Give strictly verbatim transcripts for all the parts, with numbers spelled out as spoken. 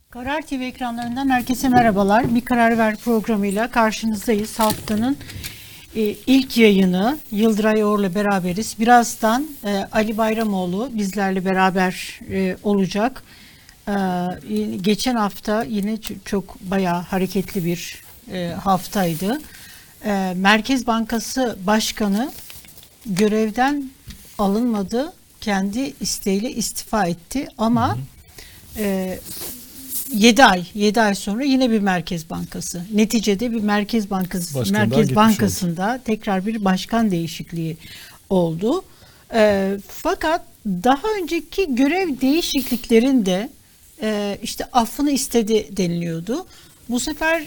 Karar T V ekranlarından herkese merhabalar. Bir Karar Ver programıyla karşınızdayız. Haftanın e, ilk yayını Yıldıray Or'la beraberiz. Birazdan e, Ali Bayramoğlu bizlerle beraber e, olacak. E, geçen hafta yine çok bayağı hareketli bir e, haftaydı. E, Merkez Bankası Başkanı görevden alınmadı. Kendi isteğiyle istifa etti ama hı hı. E, yedi ay yedi ay sonra yine bir Merkez Bankası. Neticede bir Merkez Bankası Başkandan Merkez Bankası'nda oldu. tekrar bir başkan değişikliği oldu. E, fakat daha önceki görev değişikliklerinde e, işte affını istedi deniliyordu. Bu sefer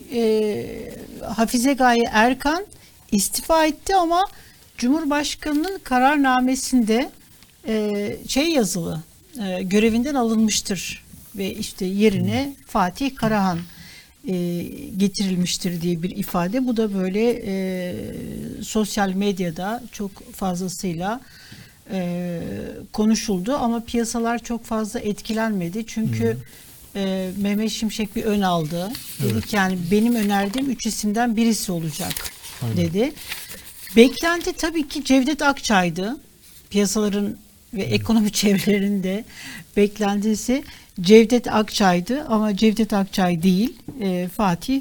e, Hafize Gaye Erkan istifa etti ama Cumhurbaşkanı'nın kararnamesinde e, şey yazılı, e, görevinden alınmıştır ve işte yerine Fatih Karahan e, getirilmiştir diye bir ifade. Bu da böyle e, sosyal medyada çok fazlasıyla e, konuşuldu ama piyasalar çok fazla etkilenmedi. Çünkü e, Mehmet Şimşek bir ön aldı. Evet. Dedik yani benim önerdiğim üç isimden birisi olacak. Aynen. Dedi. Beklenti tabii ki Cevdet Akçay'dı. Piyasaların ve hmm. ekonomi çevrelerinde beklentisi Cevdet Akçay'dı ama Cevdet Akçay değil, e, Fatih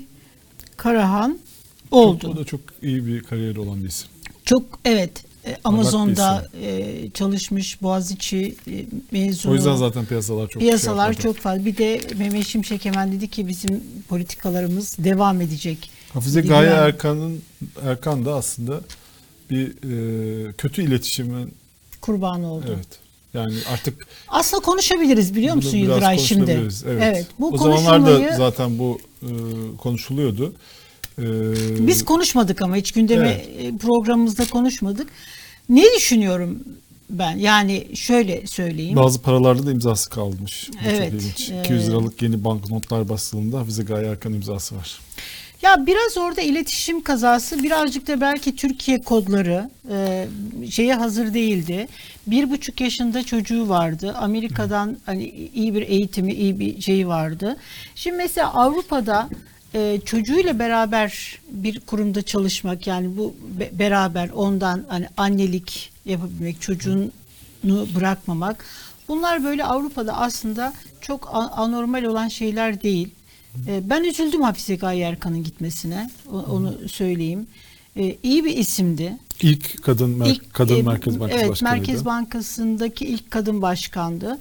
Karahan oldu. Çok, o da çok iyi bir kariyeri olan bir isim. Çok evet, e, Amazon'da e, çalışmış, Boğaziçi e, mezunu. O yüzden zaten piyasalar çok Piyasalar şey çok fazla. Bir de Mehmet Şimşek hemen dedi ki bizim politikalarımız devam edecek. Hafize Gaye Erkan'ın Erkan da aslında bir e, kötü iletişimin kurbanı oldu. Evet. Yani artık aslında konuşabiliriz biliyor musun Yıldıray şimdi? Evet. Evet. Bu o konuşulmayı... zamanlar da zaten bu e, konuşuluyordu. E, Biz konuşmadık ama hiç gündeme evet. programımızda konuşmadık. Ne düşünüyorum ben? Yani şöyle söyleyeyim. Bazı paralarda da imzası kalmış. Evet. iki yüz liralık yeni banknotlar bastığında Hafize Gaye Erkan imzası var. Ya biraz orada iletişim kazası, birazcık da belki Türkiye kodları e, şeye hazır değildi. Bir buçuk yaşında çocuğu vardı. Amerika'dan hani iyi bir eğitimi, iyi bir şeyi vardı. Şimdi mesela Avrupa'da e, çocuğuyla beraber bir kurumda çalışmak, yani bu be, beraber ondan hani annelik yapabilmek, çocuğunu bırakmamak. Bunlar böyle Avrupa'da aslında çok anormal olan şeyler değil. Ben üzüldüm Hafize Gaye Erkan'ın gitmesine. Onu söyleyeyim. Ee, iyi bir isimdi. İlk kadın mer- ilk, kadın e, Merkez Bankası evet, başkanıydı. Merkez Bankası'ndaki ilk kadın başkandı.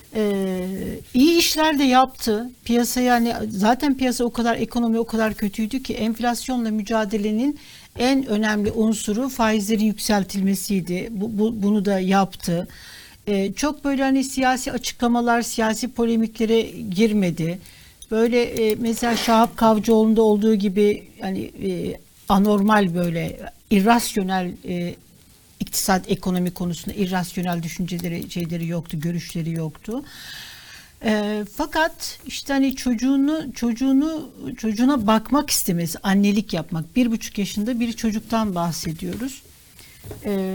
Ee, iyi işler de yaptı. Piyasa yani zaten piyasa o kadar, ekonomi o kadar kötüydü ki enflasyonla mücadelenin en önemli unsuru faizlerin yükseltilmesiydi. Bu, bu, bunu da yaptı. Ee, çok böyle hani siyasi açıklamalar, siyasi polemiklere girmedi. Böyle e, mesela Şahap Kavcıoğlu'nda olduğu gibi yani e, anormal böyle irrasyonel e, iktisat ekonomi konusunda irrasyonel düşünceleri şeyleri yoktu, görüşleri yoktu. E, fakat işte hani çocuğunu çocuğunu çocuğuna bakmak istemesi, annelik yapmak. Bir buçuk yaşında bir çocuktan bahsediyoruz. E,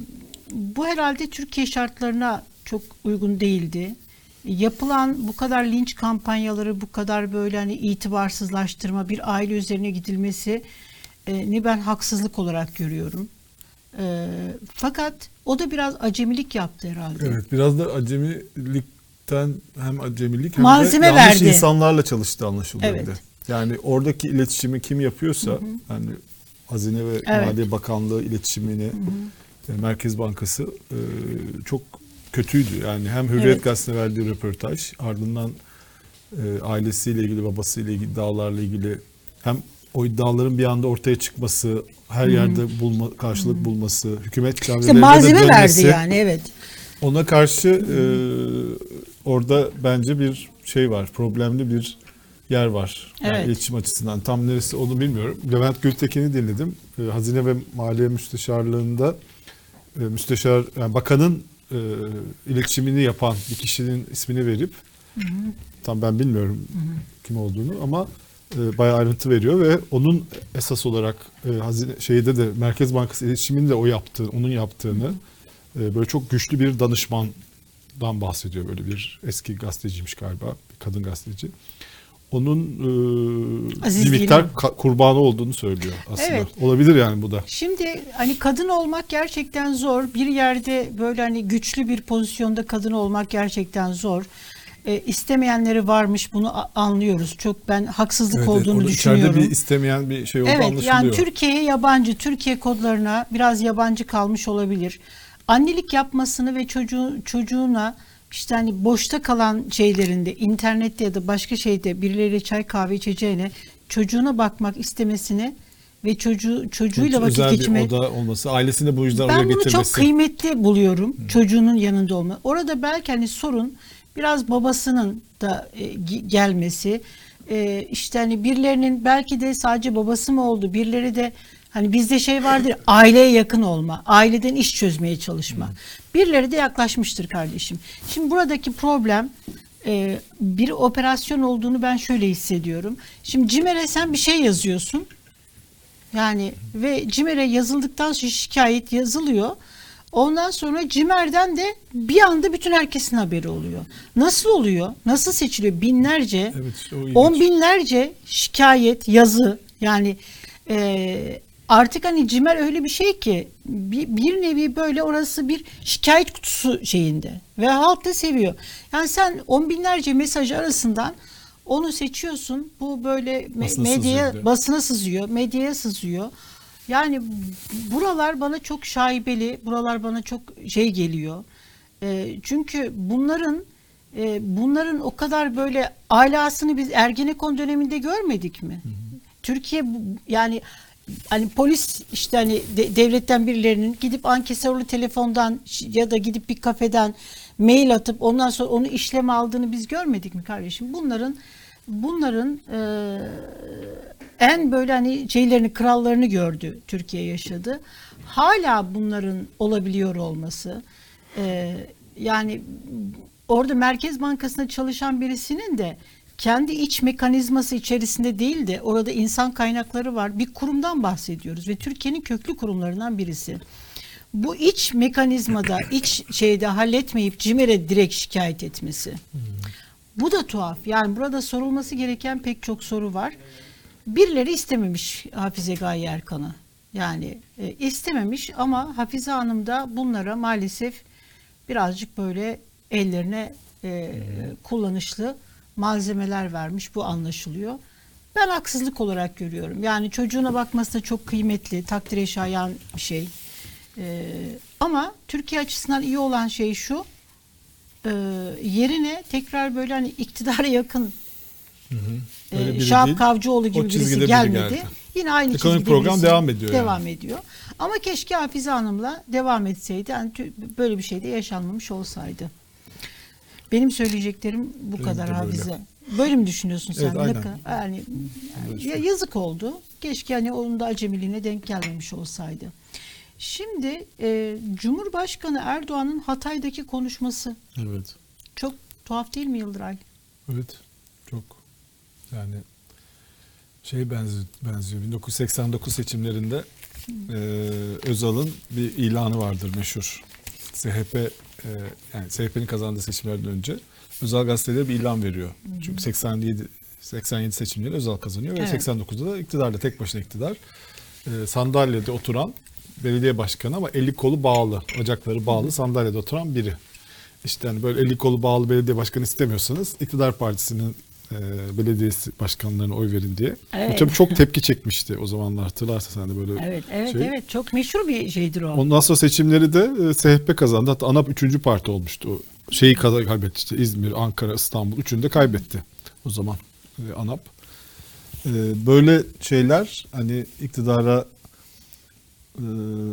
bu herhalde Türkiye şartlarına çok uygun değildi. Yapılan bu kadar linç kampanyaları, bu kadar böyle hani itibarsızlaştırma, bir aile üzerine gidilmesi e, ni ben haksızlık olarak görüyorum. E, fakat o da biraz acemilik yaptı herhalde. Evet, biraz da acemilikten hem acemilik hem malzeme de yanlış verdi. insanlarla çalıştığı anlaşılıyor. Evet. Yani oradaki iletişimi kim yapıyorsa, hı hı. yani Hazine ve evet. Maliye Bakanlığı iletişimini, hı hı. Merkez Bankası e, çok kötüydü. Yani hem Hürriyet evet. Gazetesi'ne verdiği röportaj, ardından e, ailesiyle ilgili, babasıyla ilgili iddialarla ilgili hem o iddiaların bir anda ortaya çıkması, her hmm. yerde bulma, karşılık hmm. bulması, hükümet çevrelerinde işte malzeme de dönmesi, verdi yani evet. Ona karşı e, orada bence bir şey var, problemli bir yer var. Yani evet. iletişim açısından. Tam neresi onu bilmiyorum. Levent Gültekin'i dinledim. E, Hazine ve Maliye Müsteşarlığında e, müsteşar, yani bakanın e, iletişimini yapan bir kişinin ismini verip, hı hı. tam ben bilmiyorum hı hı. kim olduğunu ama e, bayağı ayrıntı veriyor ve onun esas olarak e, hazine şeyde de Merkez Bankası iletişimini de o yaptığı, onun yaptığını, hı hı. E, böyle çok güçlü bir danışman Hanım'dan bahsediyor. Böyle bir eski gazeteciymiş galiba. Bir kadın gazeteci. Onun e, bir miktar ka- kurbanı olduğunu söylüyor aslında. Evet. Olabilir yani bu da. Şimdi hani kadın olmak gerçekten zor. Bir yerde böyle hani güçlü bir pozisyonda kadın olmak gerçekten zor. E, istemeyenleri varmış, bunu anlıyoruz. Çok ben haksızlık evet, olduğunu evet, düşünüyorum. İçeride bir istemeyen bir şey olduğu evet, anlaşılıyor. Yani Türkiye'ye yabancı, Türkiye kodlarına biraz yabancı kalmış olabilir. Annelik yapmasını ve çocuğu, çocuğuna işte hani boşta kalan şeylerinde, internette ya da başka şeyde birileriyle çay kahve içeceğine çocuğuna bakmak istemesini ve çocuğu çocuğuyla vakit özel geçirmek. Özel bir oda olması, ailesini bu yüzden oraya getirmesi. Ben bunu çok kıymetli buluyorum. Hmm. Çocuğunun yanında olma. Orada belki hani sorun biraz babasının da e, gelmesi. E, işte hani birilerinin belki de sadece babası mı oldu? Birileri de hani bizde şey vardır, aileye yakın olma, aileden iş çözmeye çalışma. Hmm. Birileri de yaklaşmıştır kardeşim. Şimdi buradaki problem e, bir operasyon olduğunu ben şöyle hissediyorum. Şimdi CİMER'e sen bir şey yazıyorsun. Yani ve CİMER'e yazıldıktan sonra şikayet yazılıyor. Ondan sonra CİMER'den de bir anda bütün herkesin haberi oluyor. Nasıl oluyor? Nasıl seçiliyor? Binlerce, evet, on binlerce şikayet, yazı. Yani e, artık hani CİMER öyle bir şey ki bir, bir nevi böyle orası bir şikayet kutusu şeyinde. Ve halk da seviyor. Yani sen on binlerce mesaj arasından onu seçiyorsun. Bu böyle basına medyaya, sızıyor. basına sızıyor, medyaya sızıyor. Yani buralar bana çok şaibeli, buralar bana çok şey geliyor. E, çünkü bunların e, bunların o kadar böyle alasını biz Ergenekon döneminde görmedik mi? Hı hı. Türkiye yani hani polis işte hani de, devletten birilerinin gidip ankesörlü telefondan ya da gidip bir kafeden mail atıp ondan sonra onu işleme aldığını biz görmedik mi kardeşim? Bunların bunların e, en böyle hani şeylerini, krallarını gördü Türkiye yaşadı. Hala bunların olabiliyor olması e, yani orada Merkez Bankası'nda çalışan birisinin de kendi iç mekanizması içerisinde değil de orada insan kaynakları var. Bir kurumdan bahsediyoruz ve Türkiye'nin köklü kurumlarından birisi. Bu iç mekanizmada, iç şeyde halletmeyip CİMER'e direkt şikayet etmesi. Hmm. Bu da tuhaf. Yani burada sorulması gereken pek çok soru var. Birileri istememiş Hafize Gaye Erkan'ı. Yani e, istememiş ama Hafize Hanım da bunlara maalesef birazcık böyle ellerine e, kullanışlı malzemeler vermiş. Bu anlaşılıyor. Ben haksızlık olarak görüyorum. Yani çocuğuna bakması da çok kıymetli, takdire şayan bir şey. E, ama Türkiye açısından iyi olan şey şu, e, yerine tekrar böyle hani iktidara yakın Hı hı. E, Şahap Kavcıoğlu gibi birisi gelmedi. Biri Yine aynı Ekonomik çizgide program devam ediyor. Devam yani. ediyor. Ama keşke Hafize Hanım'la devam etseydi. Yani böyle bir şey de yaşanmamış olsaydı. Benim söyleyeceklerim bu Benim kadar Hafize. Böyle. böyle mi düşünüyorsun sen? Evet, aynen. Yani, yani yazık oldu. Keşke hani onun da acemiliğine denk gelmemiş olsaydı. Şimdi e, Cumhurbaşkanı Erdoğan'ın Hatay'daki konuşması. Evet. Çok tuhaf değil mi Yıldıray? Evet. Çok. Yani şey benziyor, benziyor. bin dokuz yüz seksen dokuz seçimlerinde e, Özal'ın bir ilanı vardır meşhur. C H P e, yani C H P'nin kazandığı seçimlerden önce Özal gazeteleri bir ilan veriyor. Hı hı. Çünkü seksen yedi seksen yedi seçimleri Özal kazanıyor ve evet. seksen dokuzda da iktidarla tek başına iktidar. E, sandalyede oturan belediye başkanı ama eli kolu bağlı, bacakları bağlı, sandalyede oturan biri. İşte hani böyle eli kolu bağlı belediye başkanı istemiyorsanız iktidar partisinin e, belediye başkanlarına oy verin diye. Evet. Tabii çok tepki çekmişti o zamanlar, hatırlarsan sen de böyle Evet, evet, şey. evet. Çok meşhur bir şeydir o. Ondan sonra seçimleri de e, C H P kazandı. Hatta ANAP üçüncü parti olmuştu. O şeyi kaybetti işte İzmir, Ankara, İstanbul üçünü de kaybetti o zaman e, ANAP. E, böyle şeyler hani iktidara e,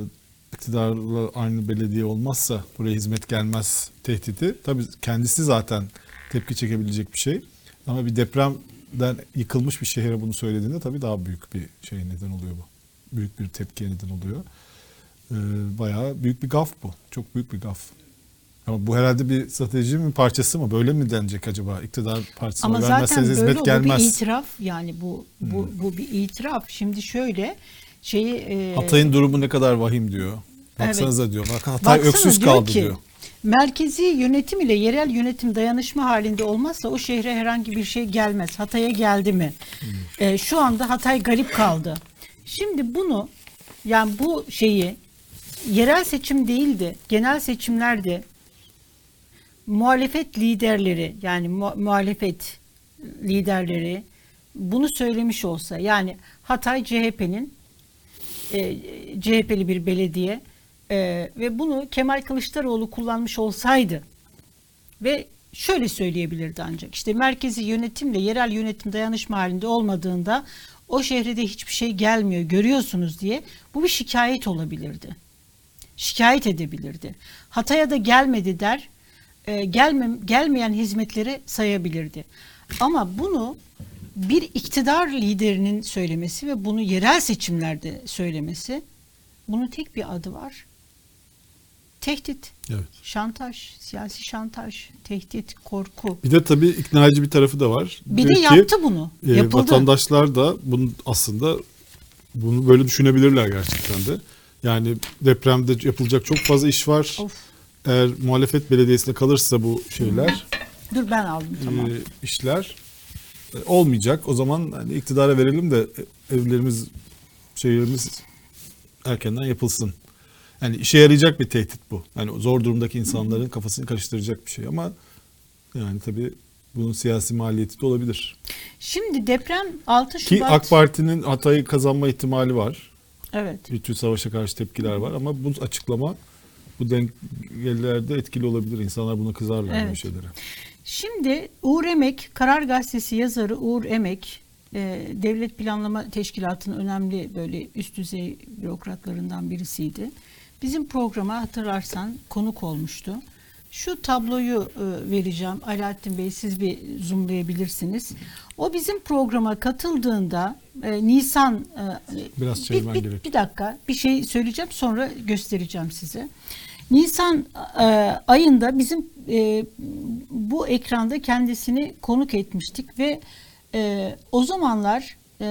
iktidarla aynı belediye olmazsa buraya hizmet gelmez tehdidi. Tabii kendisi zaten tepki çekebilecek bir şey. Ama bir depremden yıkılmış bir şehre bunu söylediğinde tabii daha büyük bir şey neden oluyor bu. Büyük bir tepkiye neden oluyor. Ee, bayağı büyük bir gaf bu. Çok büyük bir gaf. Ama bu herhalde bir stratejinin bir parçası mı? Böyle mi denecek acaba? İktidar partisine Ama vermezseniz zaten hizmet böyle, gelmez. Bu bir itiraf. Yani bu bu hmm. bu bir itiraf. Şimdi şöyle şeyi e, Hatay'ın durumu ne kadar vahim diyor. Baksanıza evet. diyor. Bakın Hatay Baksana, öksüz diyor kaldı ki, diyor. merkezi yönetim ile yerel yönetim dayanışma halinde olmazsa o şehre herhangi bir şey gelmez. Hatay'a geldi mi? Hmm. E, şu anda Hatay garip kaldı. Şimdi bunu, yani bu şeyi yerel seçim değildi, genel seçimlerde muhalefet liderleri, yani mu- muhalefet liderleri bunu söylemiş olsa, yani Hatay C H P'nin e, C H P'li bir belediye e, ve bunu Kemal Kılıçdaroğlu kullanmış olsaydı ve şöyle söyleyebilirdi ancak işte merkezi yönetimle yerel yönetim dayanışma halinde olmadığında o şehre hiçbir şey gelmiyor görüyorsunuz diye bu bir şikayet olabilirdi. Şikayet edebilirdi. Hatay'a da gelmedi der, e, gelme, gelmeyen hizmetleri sayabilirdi. Ama bunu bir iktidar liderinin söylemesi ve bunu yerel seçimlerde söylemesi, bunun tek bir adı var. Tehdit, evet. Şantaj, siyasi şantaj, tehdit, korku. Bir de tabii ikna edici bir tarafı da var. Bir Diyor de ki, yaptı bunu. E, Yapıldı. Vatandaşlar da bunu aslında bunu böyle düşünebilirler gerçekten de. Yani depremde yapılacak çok fazla iş var. Of. Eğer muhalefet belediyesine kalırsa bu şeyler, dur ben aldım tamam. E, işler e, olmayacak. O zaman hani iktidara verelim de evlerimiz, şehirlerimiz erkenden yapılsın. Yani işe yarayacak bir tehdit bu. Yani zor durumdaki insanların kafasını karıştıracak bir şey ama yani tabii bunun siyasi maliyeti de olabilir. Şimdi deprem altı Şubat. Ki AK Parti'nin Hatay'ı kazanma ihtimali var. Evet. Bütün savaşa karşı tepkiler var ama bu açıklama bu dengelerde etkili olabilir. İnsanlar buna kızarlar evet. böyle şeylere. Şimdi Uğur Emek, Karar Gazetesi yazarı Uğur Emek, e, Devlet Planlama Teşkilatı'nın önemli böyle üst düzey bürokratlarından birisiydi. Bizim programa hatırlarsan konuk olmuştu. Şu tabloyu e, vereceğim. Alaaddin Bey siz bir zoomlayabilirsiniz. O bizim programa katıldığında e, Nisan e, biraz bir, bir, gerek. bir dakika bir şey söyleyeceğim sonra göstereceğim size. Nisan e, ayında bizim e, bu ekranda kendisini konuk etmiştik ve e, o zamanlar e,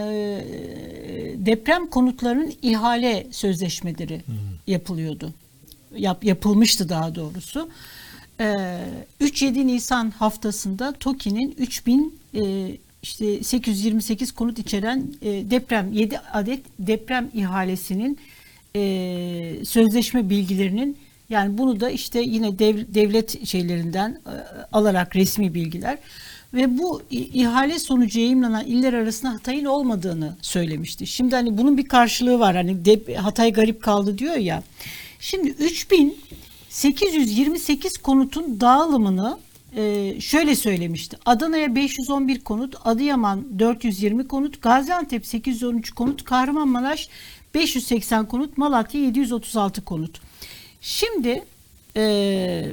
deprem konutlarının ihale sözleşmeleri hmm. yapılıyordu. Yap, yapılmıştı daha doğrusu. E, üç yedi Nisan haftasında TOKİ'nin üç bin e, işte sekiz yüz yirmi sekiz konut içeren e, deprem yedi adet deprem ihalesinin e, sözleşme bilgilerinin, yani bunu da işte yine dev, devlet şeylerinden e, alarak resmi bilgiler ve bu ihale sonucu yayımlanan iller arasında Hatay'ın olmadığını söylemişti. Şimdi hani bunun bir karşılığı var. Hani de, Hatay garip kaldı diyor ya. Şimdi üç bin sekiz yüz yirmi sekiz konutun dağılımını e, şöyle söylemişti. Adana'ya beş yüz on bir konut, Adıyaman dört yüz yirmi konut, Gaziantep sekiz yüz on üç konut, Kahramanmaraş beş yüz seksen konut, Malatya yedi yüz otuz altı konut. Şimdi e,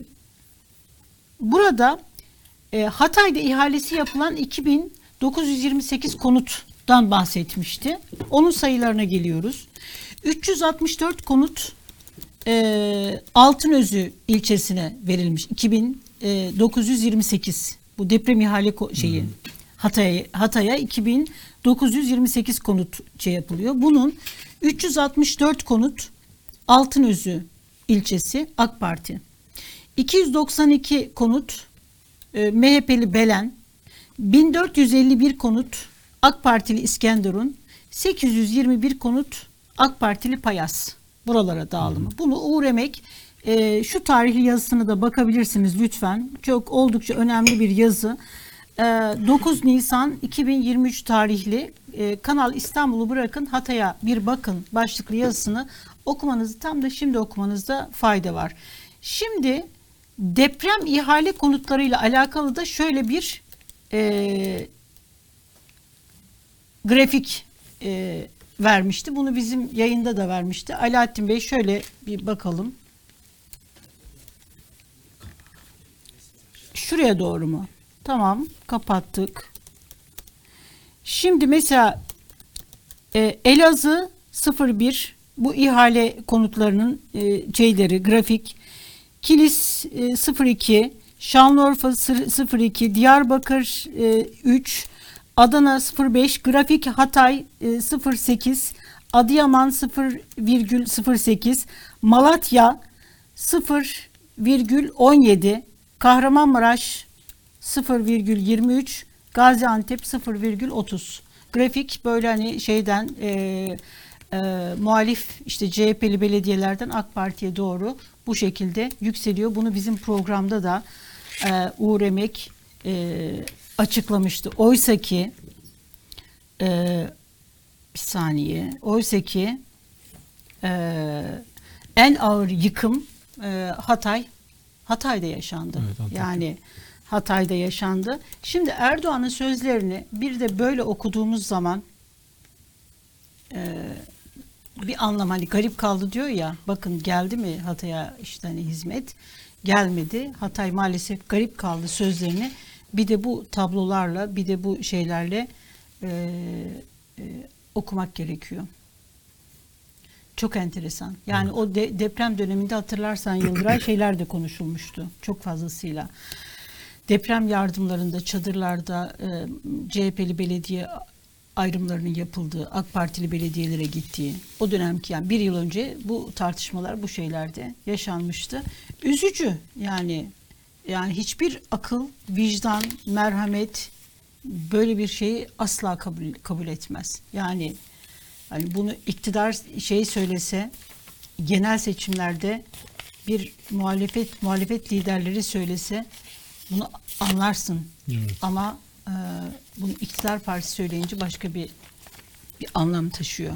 burada e, Hatay'da ihalesi yapılan iki bin dokuz yüz yirmi sekiz konuttan bahsetmişti. Onun sayılarına geliyoruz. üç yüz altmış dört konut e, Altınözü ilçesine verilmiş. iki bin dokuz yüz yirmi sekiz bu deprem ihale şeyi hmm. Hatay'a Hatay'a iki bin dokuz yüz yirmi sekiz konut şey yapılıyor. Bunun üç yüz altmış dört konut Altınözü ilçesi AK Parti. iki yüz doksan iki konut e, M H P'li Belen, bin dört yüz elli bir konut AK Partili İskenderun, sekiz yüz yirmi bir konut AK Partili Payas. Buralara dağılımı. Hmm. Bunu Uğur Emek e, şu tarihli yazısına da bakabilirsiniz lütfen. Çok oldukça önemli bir yazı. E, dokuz Nisan iki bin yirmi üç tarihli e, Kanal İstanbul'u bırakın Hatay'a bir bakın başlıklı yazısını okumanızı tam da şimdi okumanızda fayda var. Şimdi deprem ihale konutlarıyla alakalı da şöyle bir e, grafik e, vermişti. Bunu bizim yayında da vermişti. Alaaddin Bey şöyle bir bakalım. Şuraya doğru mu? Tamam, kapattık. Şimdi mesela e, Elazığ sıfır bir bu ihale konutlarının e, şeyleri, grafik. Kilis e, sıfır iki, Şanlıurfa sıfır iki, Diyarbakır e, üç, Adana sıfır beş, grafik Hatay e, sıfır sekiz, Adıyaman sıfır virgül sıfır sekiz, Malatya sıfır virgül on yedi, Kahramanmaraş sıfır virgül yirmi üç, Gaziantep sıfır virgül otuz. Grafik böyle hani şeyden e, e, muhalif işte C H P'li belediyelerden AK Parti'ye doğru bu şekilde yükseliyor. Bunu bizim programda da e, Uğur Emek e, açıklamıştı. Oysa ki e, bir saniye. Oysa ki e, en ağır yıkım e, Hatay Hatay'da yaşandı. Evet, Hatay. Yani Hatay'da yaşandı. Şimdi Erdoğan'ın sözlerini bir de böyle okuduğumuz zaman e, bir anlam, hani garip kaldı diyor ya, bakın geldi mi Hatay'a işte hani hizmet, gelmedi. Hatay maalesef garip kaldı sözlerini bir de bu tablolarla, bir de bu şeylerle e, e, okumak gerekiyor. Çok enteresan. Yani o de, deprem döneminde hatırlarsan Yıldıray şeyler de konuşulmuştu çok fazlasıyla. Deprem yardımlarında, çadırlarda e, C H P'li belediye ayrımlarının yapıldığı, AK Partili belediyelere gittiği, o dönemki yani bir yıl önce bu tartışmalar bu şeylerde yaşanmıştı. Üzücü yani, yani hiçbir akıl, vicdan, merhamet böyle bir şeyi asla kabul, kabul etmez. Yani hani bunu iktidar şey söylese, genel seçimlerde bir muhalefet muhalefet liderleri söylese bunu anlarsın. Evet. Ama e, bunu iktidar partisi söyleyince başka bir bir anlam taşıyor.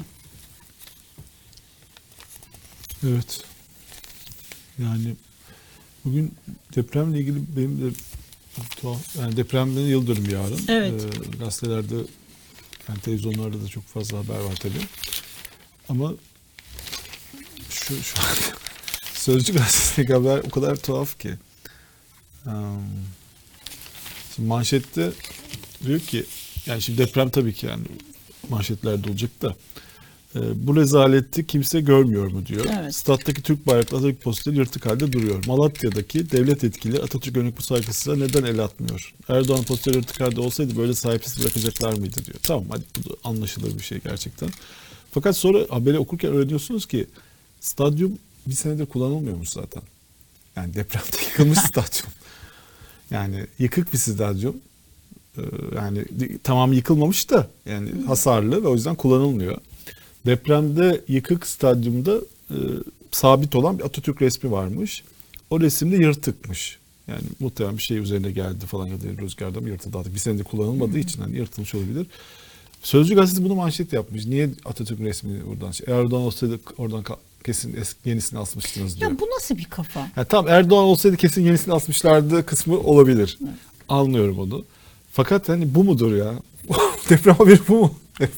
Evet. Yani bugün depremle ilgili benim de tuhaf, yani depremden yıl dönümü yarın. Evet. Ee, gazetelerde, yani televizyonlarda da çok fazla haber var tabii. Ama şu şu an Sözcü gazetesindeki haber o kadar tuhaf ki. Um, şimdi manşette diyor ki, yani şimdi deprem tabii ki yani manşetlerde olacak da e, bu rezaleti kimse görmüyor mu diyor. Evet. Stat'taki Türk bayraklı Atatürk posteri yırtık halde duruyor. Malatya'daki devlet yetkili Atatürk önlük bu saygısızlığa neden el atmıyor? Erdoğan posteri yırtık halde olsaydı böyle sahipsiz bırakacaklar mıydı diyor. Tamam, hadi bu da anlaşılır bir şey gerçekten. Fakat sonra haberi okurken öğreniyorsunuz ki stadyum bir senedir kullanılmıyormuş zaten. Yani depremde yıkılmış stadyum. Yani yıkık bir stadyum. Ee, yani tamam yıkılmamış da yani hasarlı ve o yüzden kullanılmıyor. Depremde yıkık stadyumda e, sabit olan bir Atatürk resmi varmış. O resimde yırtıkmış. Yani muhtemelen bir şey üzerine geldi falan ya da rüzgarda mı yırtıldı artık. Bir senedir kullanılmadığı için hani yırtılmış olabilir. Sözcü gazetesi bunu manşet yapmış. Niye Atatürk resmini buradan? Erdoğan olsaydı oradan kesin eski, yenisini asmıştınız diyor. Ya bu nasıl bir kafa? Yani tamam, Erdoğan olsaydı kesin yenisini asmışlardı kısmı olabilir. Evet. Anlıyorum onu. Fakat hani bu mudur ya? Deprem haberi bu mu?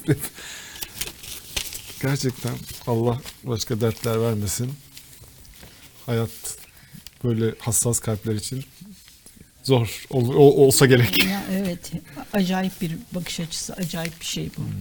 Gerçekten Allah başka dertler vermesin. Hayat böyle hassas kalpler için zor ol, ol, olsa gerek. Ya evet, acayip bir bakış açısı, acayip bir şey bu. Hmm.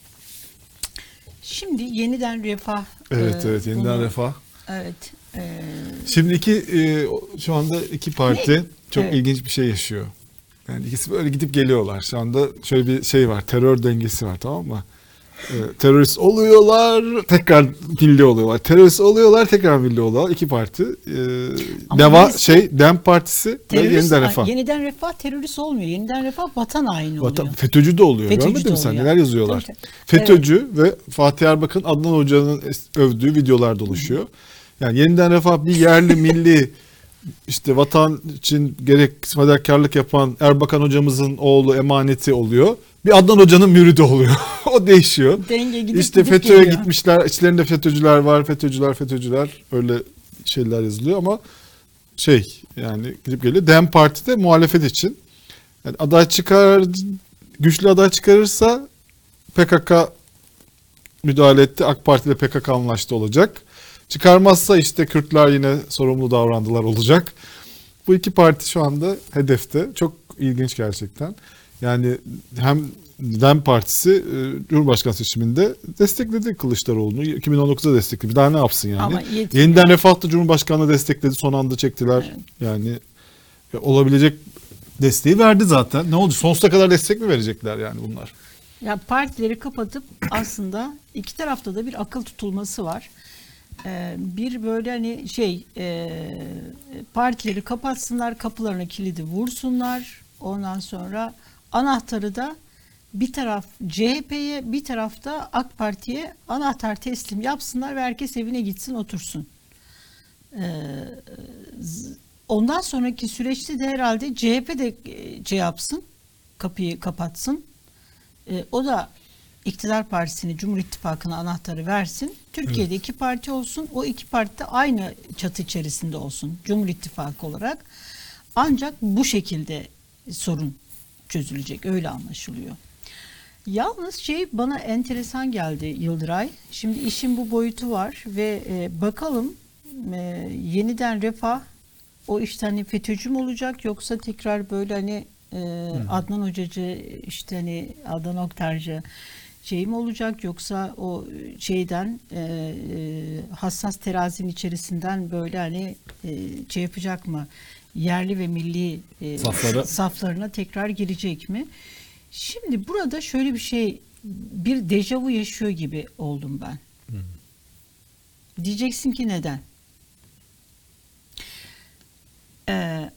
Şimdi yeniden refah. Evet e, evet yeniden bunu, refah. Evet. E, Şimdi iki e, şu anda iki parti ne? Çok evet. ilginç bir şey yaşıyor. Yani ikisi böyle gidip geliyorlar. Şu anda şöyle bir şey var, terör dengesi var, tamam mı? Ee, terörist oluyorlar, tekrar milli oluyorlar. Terörist oluyorlar, tekrar milli oluyorlar. İki parti. Ee, Deva şey Dem Partisi ve Yeniden Refah. Yeniden Refah terörist olmuyor. Yeniden Refah vatan haini oluyor. Vatan, FETÖ'cü de oluyor. FETÖ'cü Görmedin mi sen? Oluyor. Neler yazıyorlar? Tabii, tabii. FETÖ'cü evet. Ve Fatih Erbakan Adnan Hoca'nın övdüğü videolar doluşuyor. Yani Yeniden Refah bir yerli milli işte vatan için gerek fedakarlık yapan Erbakan hocamızın oğlu emaneti oluyor. Bir Adnan Hoca'nın müridi oluyor. O değişiyor. Denge gidip işte gidip FETÖ'ye geliyor. gitmişler. İçlerinde FETÖ'cüler var. FETÖ'cüler, FETÖ'cüler. Öyle şeyler yazılıyor ama şey yani gidip geliyor. Dem Parti de muhalefet için. Yani aday çıkar, güçlü aday çıkarırsa P K K müdahale etti. AK Parti ile P K K anlaştı olacak. Çıkarmazsa işte Kürtler yine sorumlu davrandılar olacak. Bu iki parti şu anda hedefte. Çok ilginç gerçekten. Yani hem Dem Partisi Cumhurbaşkanı seçiminde destekledi Kılıçdaroğlu'nu. iki bin on dokuzda destekledi. Bir daha ne yapsın yani? Yeniden Refah da Cumhurbaşkanı'nı destekledi. Son anda çektiler. Evet. Yani olabilecek desteği verdi zaten. Ne oldu? Sonsuza kadar destek mi verecekler yani bunlar? Ya partileri kapatıp aslında iki tarafta da bir akıl tutulması var. e, bir böyle hani şey e, partileri kapatsınlar, kapılarına kilidi vursunlar. Ondan sonra anahtarı da bir taraf C H P'ye, bir tarafta AK Parti'ye anahtar teslim yapsınlar ve herkes evine gitsin, otursun. E, ondan sonraki süreçte de herhalde C H P de e, şey yapsın, kapıyı kapatsın. E, o da iktidar partisine, Cumhur İttifakı'na anahtarı versin. Türkiye'de evet. iki parti olsun. O iki parti de aynı çatı içerisinde olsun. Cumhur İttifakı olarak. Ancak bu şekilde sorun çözülecek. Öyle anlaşılıyor. Yalnız şey bana enteresan geldi Yıldıray. Şimdi işin bu boyutu var ve e, bakalım e, yeniden Refah o işte hani FETÖ'cü mü olacak, yoksa tekrar böyle hani e, hmm. Adnan Hocacı, işte hani Adnan Oktarcı şey mi olacak, yoksa o şeyden e, e, hassas terazinin içerisinden böyle hani e, şey yapacak mı, yerli ve milli e, Saflara. saflarına tekrar girecek mi? Şimdi burada şöyle bir şey, bir dejavu yaşıyor gibi oldum ben. Hmm. Diyeceksin ki neden? Ee,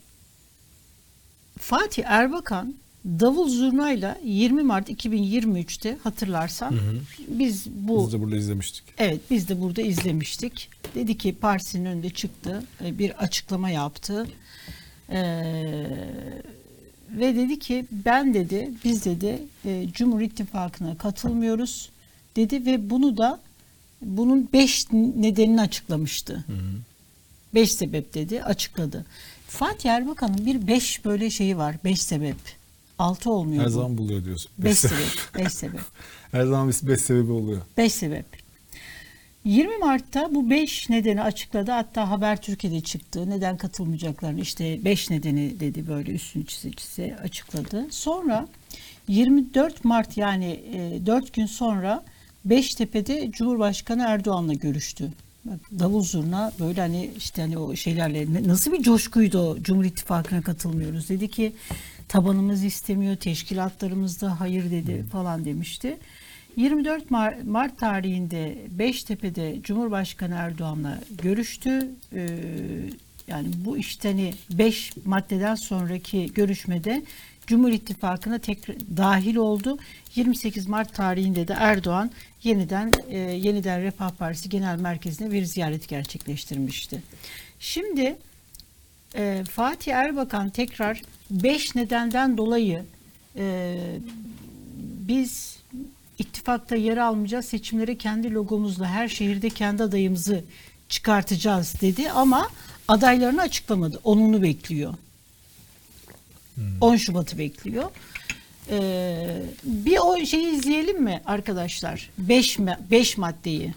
Fatih Erbakan davul zurnayla yirmi Mart iki bin yirmi üç'te hatırlarsan hı hı. biz bu biz de burada izlemiştik. Evet, biz de burada izlemiştik. Dedi ki partisinin önünde çıktı, bir açıklama yaptı. Ee, ve dedi ki ben dedi biz dedi e, Cumhur İttifakı'na katılmıyoruz dedi ve bunu da bunun beş nedenini açıklamıştı. Hı hı. Beş sebep dedi, açıkladı. Fatih Erbakan'ın bir beş böyle şeyi var. Beş sebep. Altı olmuyor Her bu. zaman buluyor diyorsun. Beş, beş sebep. Beş sebep. Her zaman bir beş sebebi oluyor. Beş sebep. yirmi Mart'ta bu beş nedeni açıkladı. Hatta Haber Türkiye'de çıktı. Neden katılmayacaklarını işte beş nedeni dedi, böyle üstünü çize çize açıkladı. Sonra yirmi dört Mart yani dört gün sonra Beştepe'de Cumhurbaşkanı Erdoğan'la görüştü. Bak, davul zurna böyle hani işte hani o şeylerle nasıl bir coşkuydu o, Cumhur İttifakı'na katılmıyoruz. Dedi ki tabanımız istemiyor, teşkilatlarımız da hayır dedi hmm. falan demişti. yirmi dört Mart tarihinde Beştepe'de Cumhurbaşkanı Erdoğan'la görüştü. Ee, yani bu işte hani beş maddeden sonraki görüşmede Cumhur İttifakı'na tekrar dahil oldu. yirmi sekiz Mart tarihinde de Erdoğan yeniden e, yeniden Refah Partisi Genel Merkezi'ne bir ziyaret gerçekleştirmişti. Şimdi e, Fatih Erbakan tekrar beş nedenden dolayı e, biz ittifakta yer almayacağız, seçimlere kendi logomuzla her şehirde kendi adayımızı çıkartacağız dedi ama adaylarını açıklamadı. Onunu bekliyor. Hmm. on Şubat'ı bekliyor. Ee, bir o şeyi izleyelim mi arkadaşlar? beş maddeyi.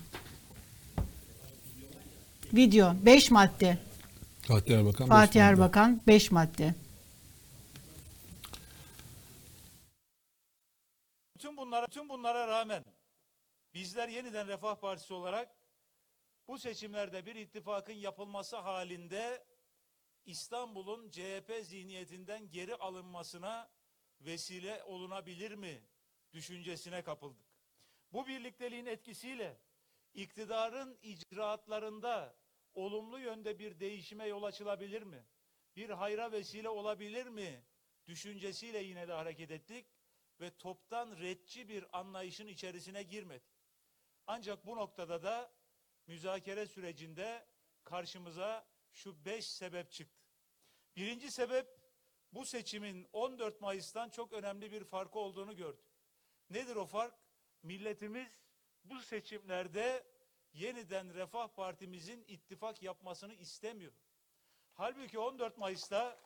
Video beş madde. Fatih Erbakan Fatih Erbakan beş madde. Bütün bunlara, tüm bunlara rağmen bizler yeniden Refah Partisi olarak bu seçimlerde bir ittifakın yapılması halinde İstanbul'un C H P zihniyetinden geri alınmasına vesile olunabilir mi düşüncesine kapıldık. Bu birlikteliğin etkisiyle iktidarın icraatlarında olumlu yönde bir değişime yol açılabilir mi? Bir hayra vesile olabilir mi düşüncesiyle yine de hareket ettik ve toptan redci bir anlayışın içerisine girmedik. Ancak bu noktada da müzakere sürecinde karşımıza şu beş sebep çıktı. Birinci sebep, bu seçimin on dört Mayıs'tan çok önemli bir farkı olduğunu gördük. Nedir o fark? Milletimiz bu seçimlerde yeniden Refah Partimizin ittifak yapmasını istemiyor. Halbuki on dört Mayıs'ta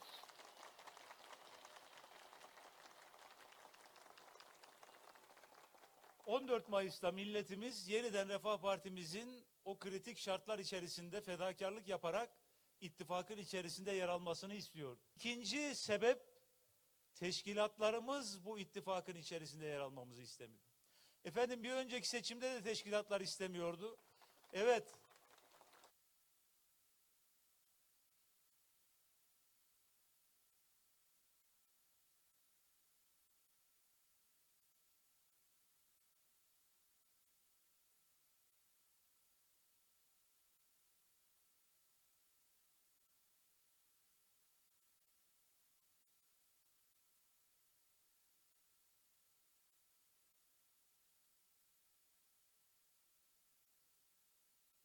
on dört Mayıs'ta milletimiz yeniden Refah Partimizin o kritik şartlar içerisinde fedakarlık yaparak ittifakın içerisinde yer almasını istiyor. İkinci sebep, teşkilatlarımız bu ittifakın içerisinde yer almamızı istemiyor. Efendim bir önceki seçimde de teşkilatlar istemiyordu. Evet.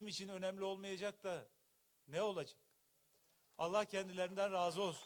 için önemli olmayacak da ne olacak? Allah kendilerinden razı olsun.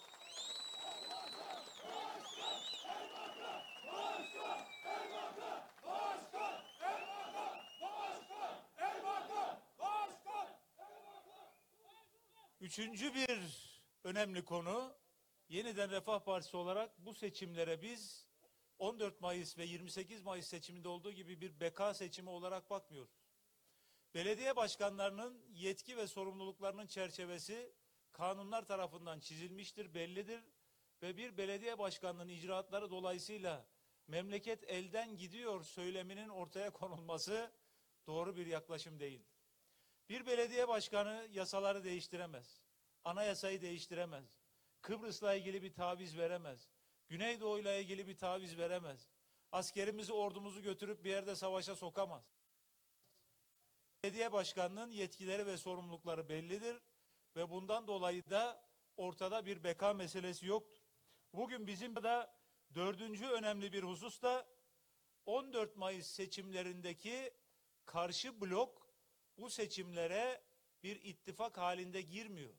Üçüncü bir önemli konu, Yeniden Refah Partisi olarak bu seçimlere biz on dört Mayıs ve yirmi sekiz Mayıs seçiminde olduğu gibi bir beka seçimi olarak bakmıyoruz. Belediye başkanlarının yetki ve sorumluluklarının çerçevesi kanunlar tarafından çizilmiştir, bellidir ve bir belediye başkanlığının icraatları dolayısıyla memleket elden gidiyor söyleminin ortaya konulması doğru bir yaklaşım değildir. Bir belediye başkanı yasaları değiştiremez, anayasayı değiştiremez, Kıbrıs'la ilgili bir taviz veremez, Güneydoğu'yla ilgili bir taviz veremez, askerimizi, ordumuzu götürüp bir yerde savaşa sokamaz. Belediye başkanının yetkileri ve sorumlulukları bellidir ve bundan dolayı da ortada bir beka meselesi yoktur. Bugün bizim de dördüncü önemli bir husus da on dört Mayıs seçimlerindeki karşı blok bu seçimlere bir ittifak halinde girmiyor.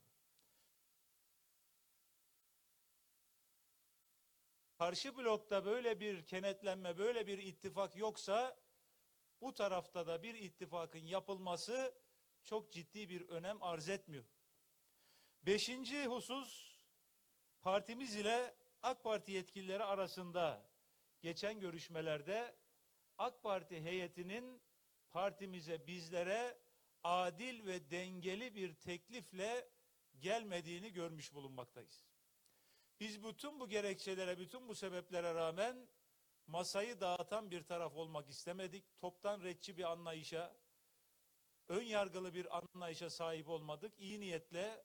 Karşı blokta böyle bir kenetlenme, böyle bir ittifak yoksa bu tarafta da bir ittifakın yapılması çok ciddi bir önem arz etmiyor. Beşinci husus, partimiz ile AK Parti yetkilileri arasında geçen görüşmelerde AK Parti heyetinin partimize, bizlere adil ve dengeli bir teklifle gelmediğini görmüş bulunmaktayız. Biz bütün bu gerekçelere, bütün bu sebeplere rağmen masayı dağıtan bir taraf olmak istemedik. Toptan retçi bir anlayışa, ön yargılı bir anlayışa sahip olmadık. İyi niyetle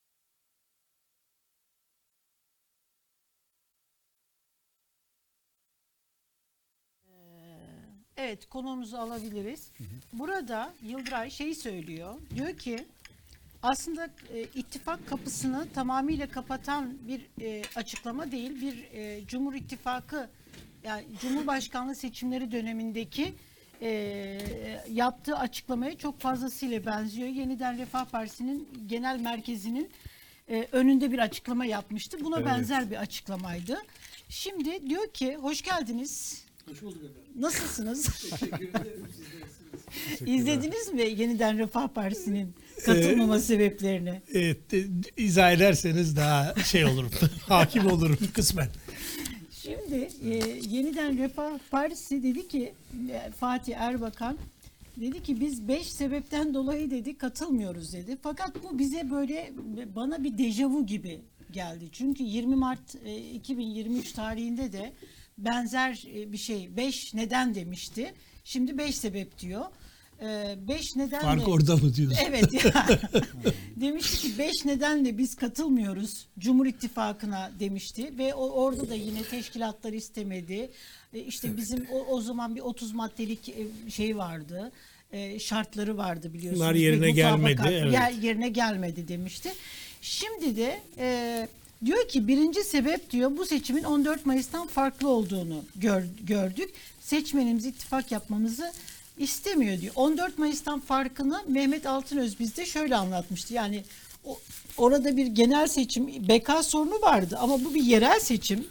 Evet, konumuzu alabiliriz. Burada Yıldıray şeyi söylüyor. Diyor ki aslında e, ittifak kapısını tamamıyla kapatan bir e, açıklama değil. Bir e, Cumhur İttifakı, yani Cumhurbaşkanlığı seçimleri dönemindeki e, yaptığı açıklamaya çok fazlasıyla benziyor. Yeniden Refah Partisi'nin genel merkezinin e, önünde bir açıklama yapmıştı. Buna Evet. benzer bir açıklamaydı. Şimdi diyor ki hoş geldiniz. Hoş bulduk efendim. Nasılsınız? Teşekkür ederim. Siz de iyisiniz. İzlediniz mi Yeniden Refah Partisi'nin katılmama Ee, sebeplerini? Evet, e, izah ederseniz daha şey olurum, hakim olurum kısmen. Şimdi e, Yeniden Refah Partisi dedi ki e, Fatih Erbakan dedi ki biz beş sebepten dolayı dedi katılmıyoruz dedi. Fakat bu bize böyle bana bir dejavu gibi geldi. Çünkü yirmi Mart e, iki bin yirmi üç tarihinde de benzer e, bir şey beş neden demişti. Şimdi beş sebep diyor. E, beş neden Fark orada mı diyorsun? Evet. Demişti ki beş nedenle biz katılmıyoruz Cumhur İttifakı'na demişti ve o, orada da yine teşkilatlar istemedi. E, işte bizim o, o zaman bir otuz maddelik e, şey vardı. E, şartları vardı biliyorsunuz. Bunlar yerine Bir gelmedi, mutabakat, evet. yer- yerine gelmedi demişti. Şimdi de e, diyor ki birinci sebep diyor bu seçimin on dört Mayıs'tan farklı olduğunu gör, gördük. Seçmenimiz ittifak yapmamızı istemiyor diyor. on dört Mayıs'tan farkını Mehmet Altınöz bizde şöyle anlatmıştı. Yani o, orada bir genel seçim, beka sorunu vardı ama bu bir yerel seçim.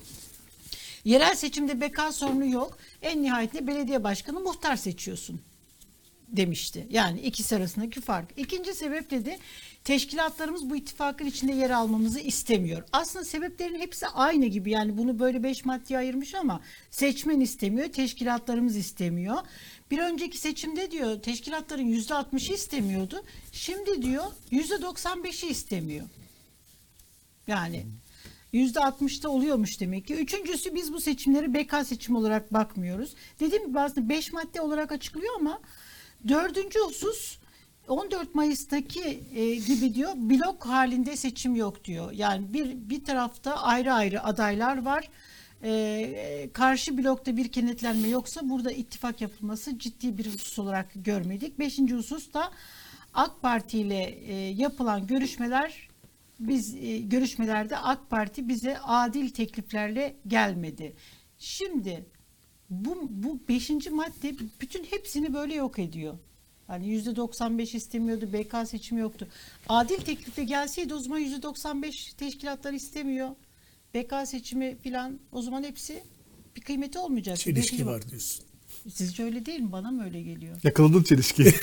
Yerel seçimde beka sorunu yok. En nihayetinde belediye başkanı muhtar seçiyorsun demişti. Yani ikisi arasındaki fark. İkinci sebep dedi teşkilatlarımız bu ittifakın içinde yer almamızı istemiyor. Aslında sebeplerin hepsi aynı gibi, yani bunu böyle beş maddeye ayırmış ama seçmen istemiyor, teşkilatlarımız istemiyor. Bir önceki seçimde diyor teşkilatların yüzde altmışı istemiyordu. Şimdi diyor yüzde doksan beşi istemiyor. Yani yüzde altmışta oluyormuş demek ki. Üçüncüsü biz bu seçimleri beka seçim olarak bakmıyoruz. Dediğim gibi aslında beş madde olarak açıklıyor ama dördüncü husus on dört Mayıs'taki e, gibi diyor blok halinde seçim yok diyor. Yani bir bir tarafta ayrı ayrı adaylar var. E, karşı blokta bir kenetlenme yoksa burada ittifak yapılması ciddi bir husus olarak görmedik. Beşinci husus da AK Parti ile e, yapılan görüşmeler biz e, görüşmelerde AK Parti bize adil tekliflerle gelmedi. Şimdi bu, bu beşinci madde bütün hepsini böyle yok ediyor. Hani yüzde doksan beş istemiyordu, B K seçimi yoktu. Adil teklifle gelseydi o zaman yüzde doksan beş teşkilatlar istemiyor. B K seçimi falan, o zaman hepsi bir kıymeti olmayacak. Çelişki Belki- var diyorsun. Sizce öyle değil mi? Bana mı öyle geliyor? Yakaladın çelişkiyi.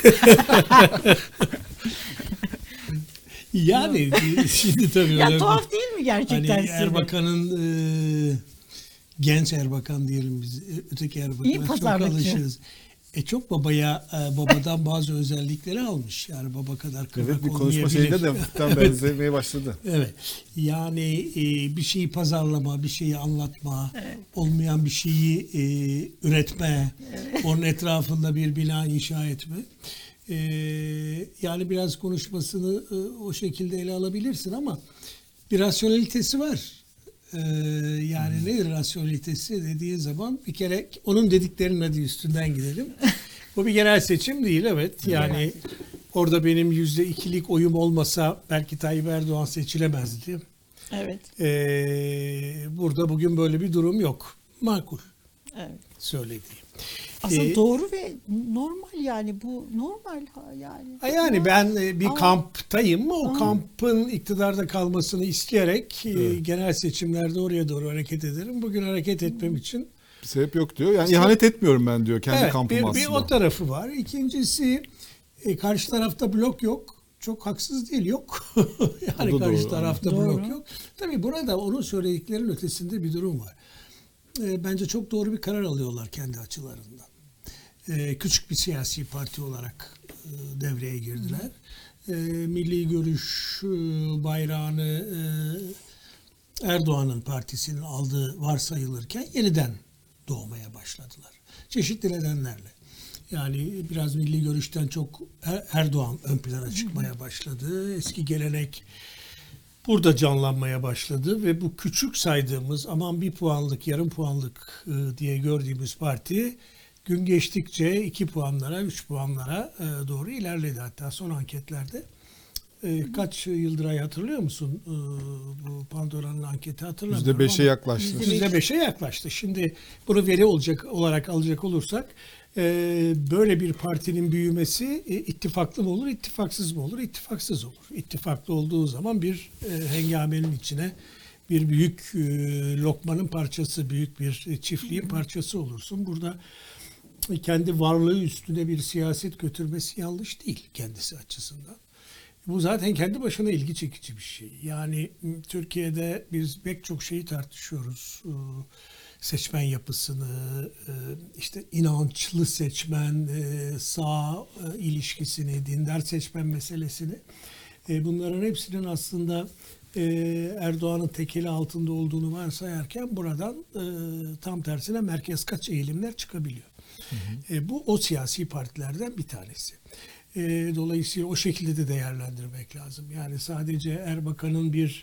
Yani şimdi tabii Ya öyle- tuhaf değil mi gerçekten hani size? Erbakan'ın e, genç Erbakan diyelim biz, e, öteki İyi Erbakan'a çok pazarlıkçı. alışırız. E çok babaya e, babadan bazı özellikleri almış. Yani baba kadar kıvrak Evet, bu konuşma olmayabilir. şeyine de hafiften benzemeye başladı. Evet. Yani e, bir şeyi pazarlama, bir şeyi anlatma, olmayan bir şeyi e, üretme, onun etrafında bir bina inşa etme. E, yani biraz konuşmasını e, o şekilde ele alabilirsin ama bir rasyonelitesi var. E, yani nedir rasyonelitesi dediği zaman bir kere onun dediklerinin hadi üstünden gidelim. Bu bir genel seçim değil, evet. Yani orada benim yüzde ikilik oyum olmasa belki Tayyip Erdoğan seçilemezdi. Evet, Ee, burada bugün böyle bir durum yok. Makul evet. söylediğim. Aslında Ee, doğru ve normal, yani bu normal ha- yani. Ha, Yani ben e, bir Ama- kamptayım mı? O Ama- kampın iktidarda kalmasını isteyerek e, genel seçimlerde oraya doğru hareket ederim. Bugün hareket etmem için Bir sebep yok diyor. Yani ihanet etmiyorum ben diyor kendi evet, kampım bir, bir aslında. o tarafı var. İkincisi e, karşı tarafta blok yok. Çok haksız değil, yok. yani O da karşı doğru, tarafta aynen. blok Doğru. yok. Tabii burada onun söylediklerinin ötesinde bir durum var. E, bence çok doğru bir karar alıyorlar kendi açılarından. E, küçük bir siyasi parti olarak e, devreye girdiler. E, milli görüş e, bayrağını e, Erdoğan'ın partisinin aldığı varsayılırken yeniden doğmaya başladılar. Çeşitli nedenlerle. Yani biraz milli görüşten çok Er- Erdoğan ön plana çıkmaya başladı. Eski gelenek burada canlanmaya başladı ve bu küçük saydığımız aman bir puanlık, yarım puanlık e, diye gördüğümüz parti gün geçtikçe iki puanlara, üç puanlara e, doğru ilerledi. Hatta son anketlerde e, kaç Yıldıray hatırlıyor musun? E, bu Pandora'nın anketi hatırlamıyorum yüzde beşe ama- yaklaştı. yüzde beşe yaklaştı. Şimdi bunu veri olacak olarak alacak olursak e, böyle bir partinin büyümesi e, ittifaklı mı olur, ittifaksız mı olur? İttifaksız olur. İttifaklı olduğu zaman bir e, hengamenin içine bir büyük e, lokmanın parçası, büyük bir e, çiftliğin parçası olursun. Burada e, kendi varlığı üstüne bir siyaset götürmesi yanlış değil kendisi açısından. Bu zaten kendi başına ilgi çekici bir şey. Yani m, Türkiye'de biz pek çok şeyi tartışıyoruz. Ee, Seçmen yapısını, e, işte inançlı seçmen, e, sağ e, ilişkisini, dindar seçmen meselesini. E, Bunların hepsinin aslında e, Erdoğan'ın tekeli altında olduğunu varsayarken buradan e, tam tersine merkez kaç eğilimler çıkabiliyor. E, Bu o siyasi partilerden bir tanesi. E, dolayısıyla o şekilde de değerlendirmek lazım. Yani sadece Erbakan'ın bir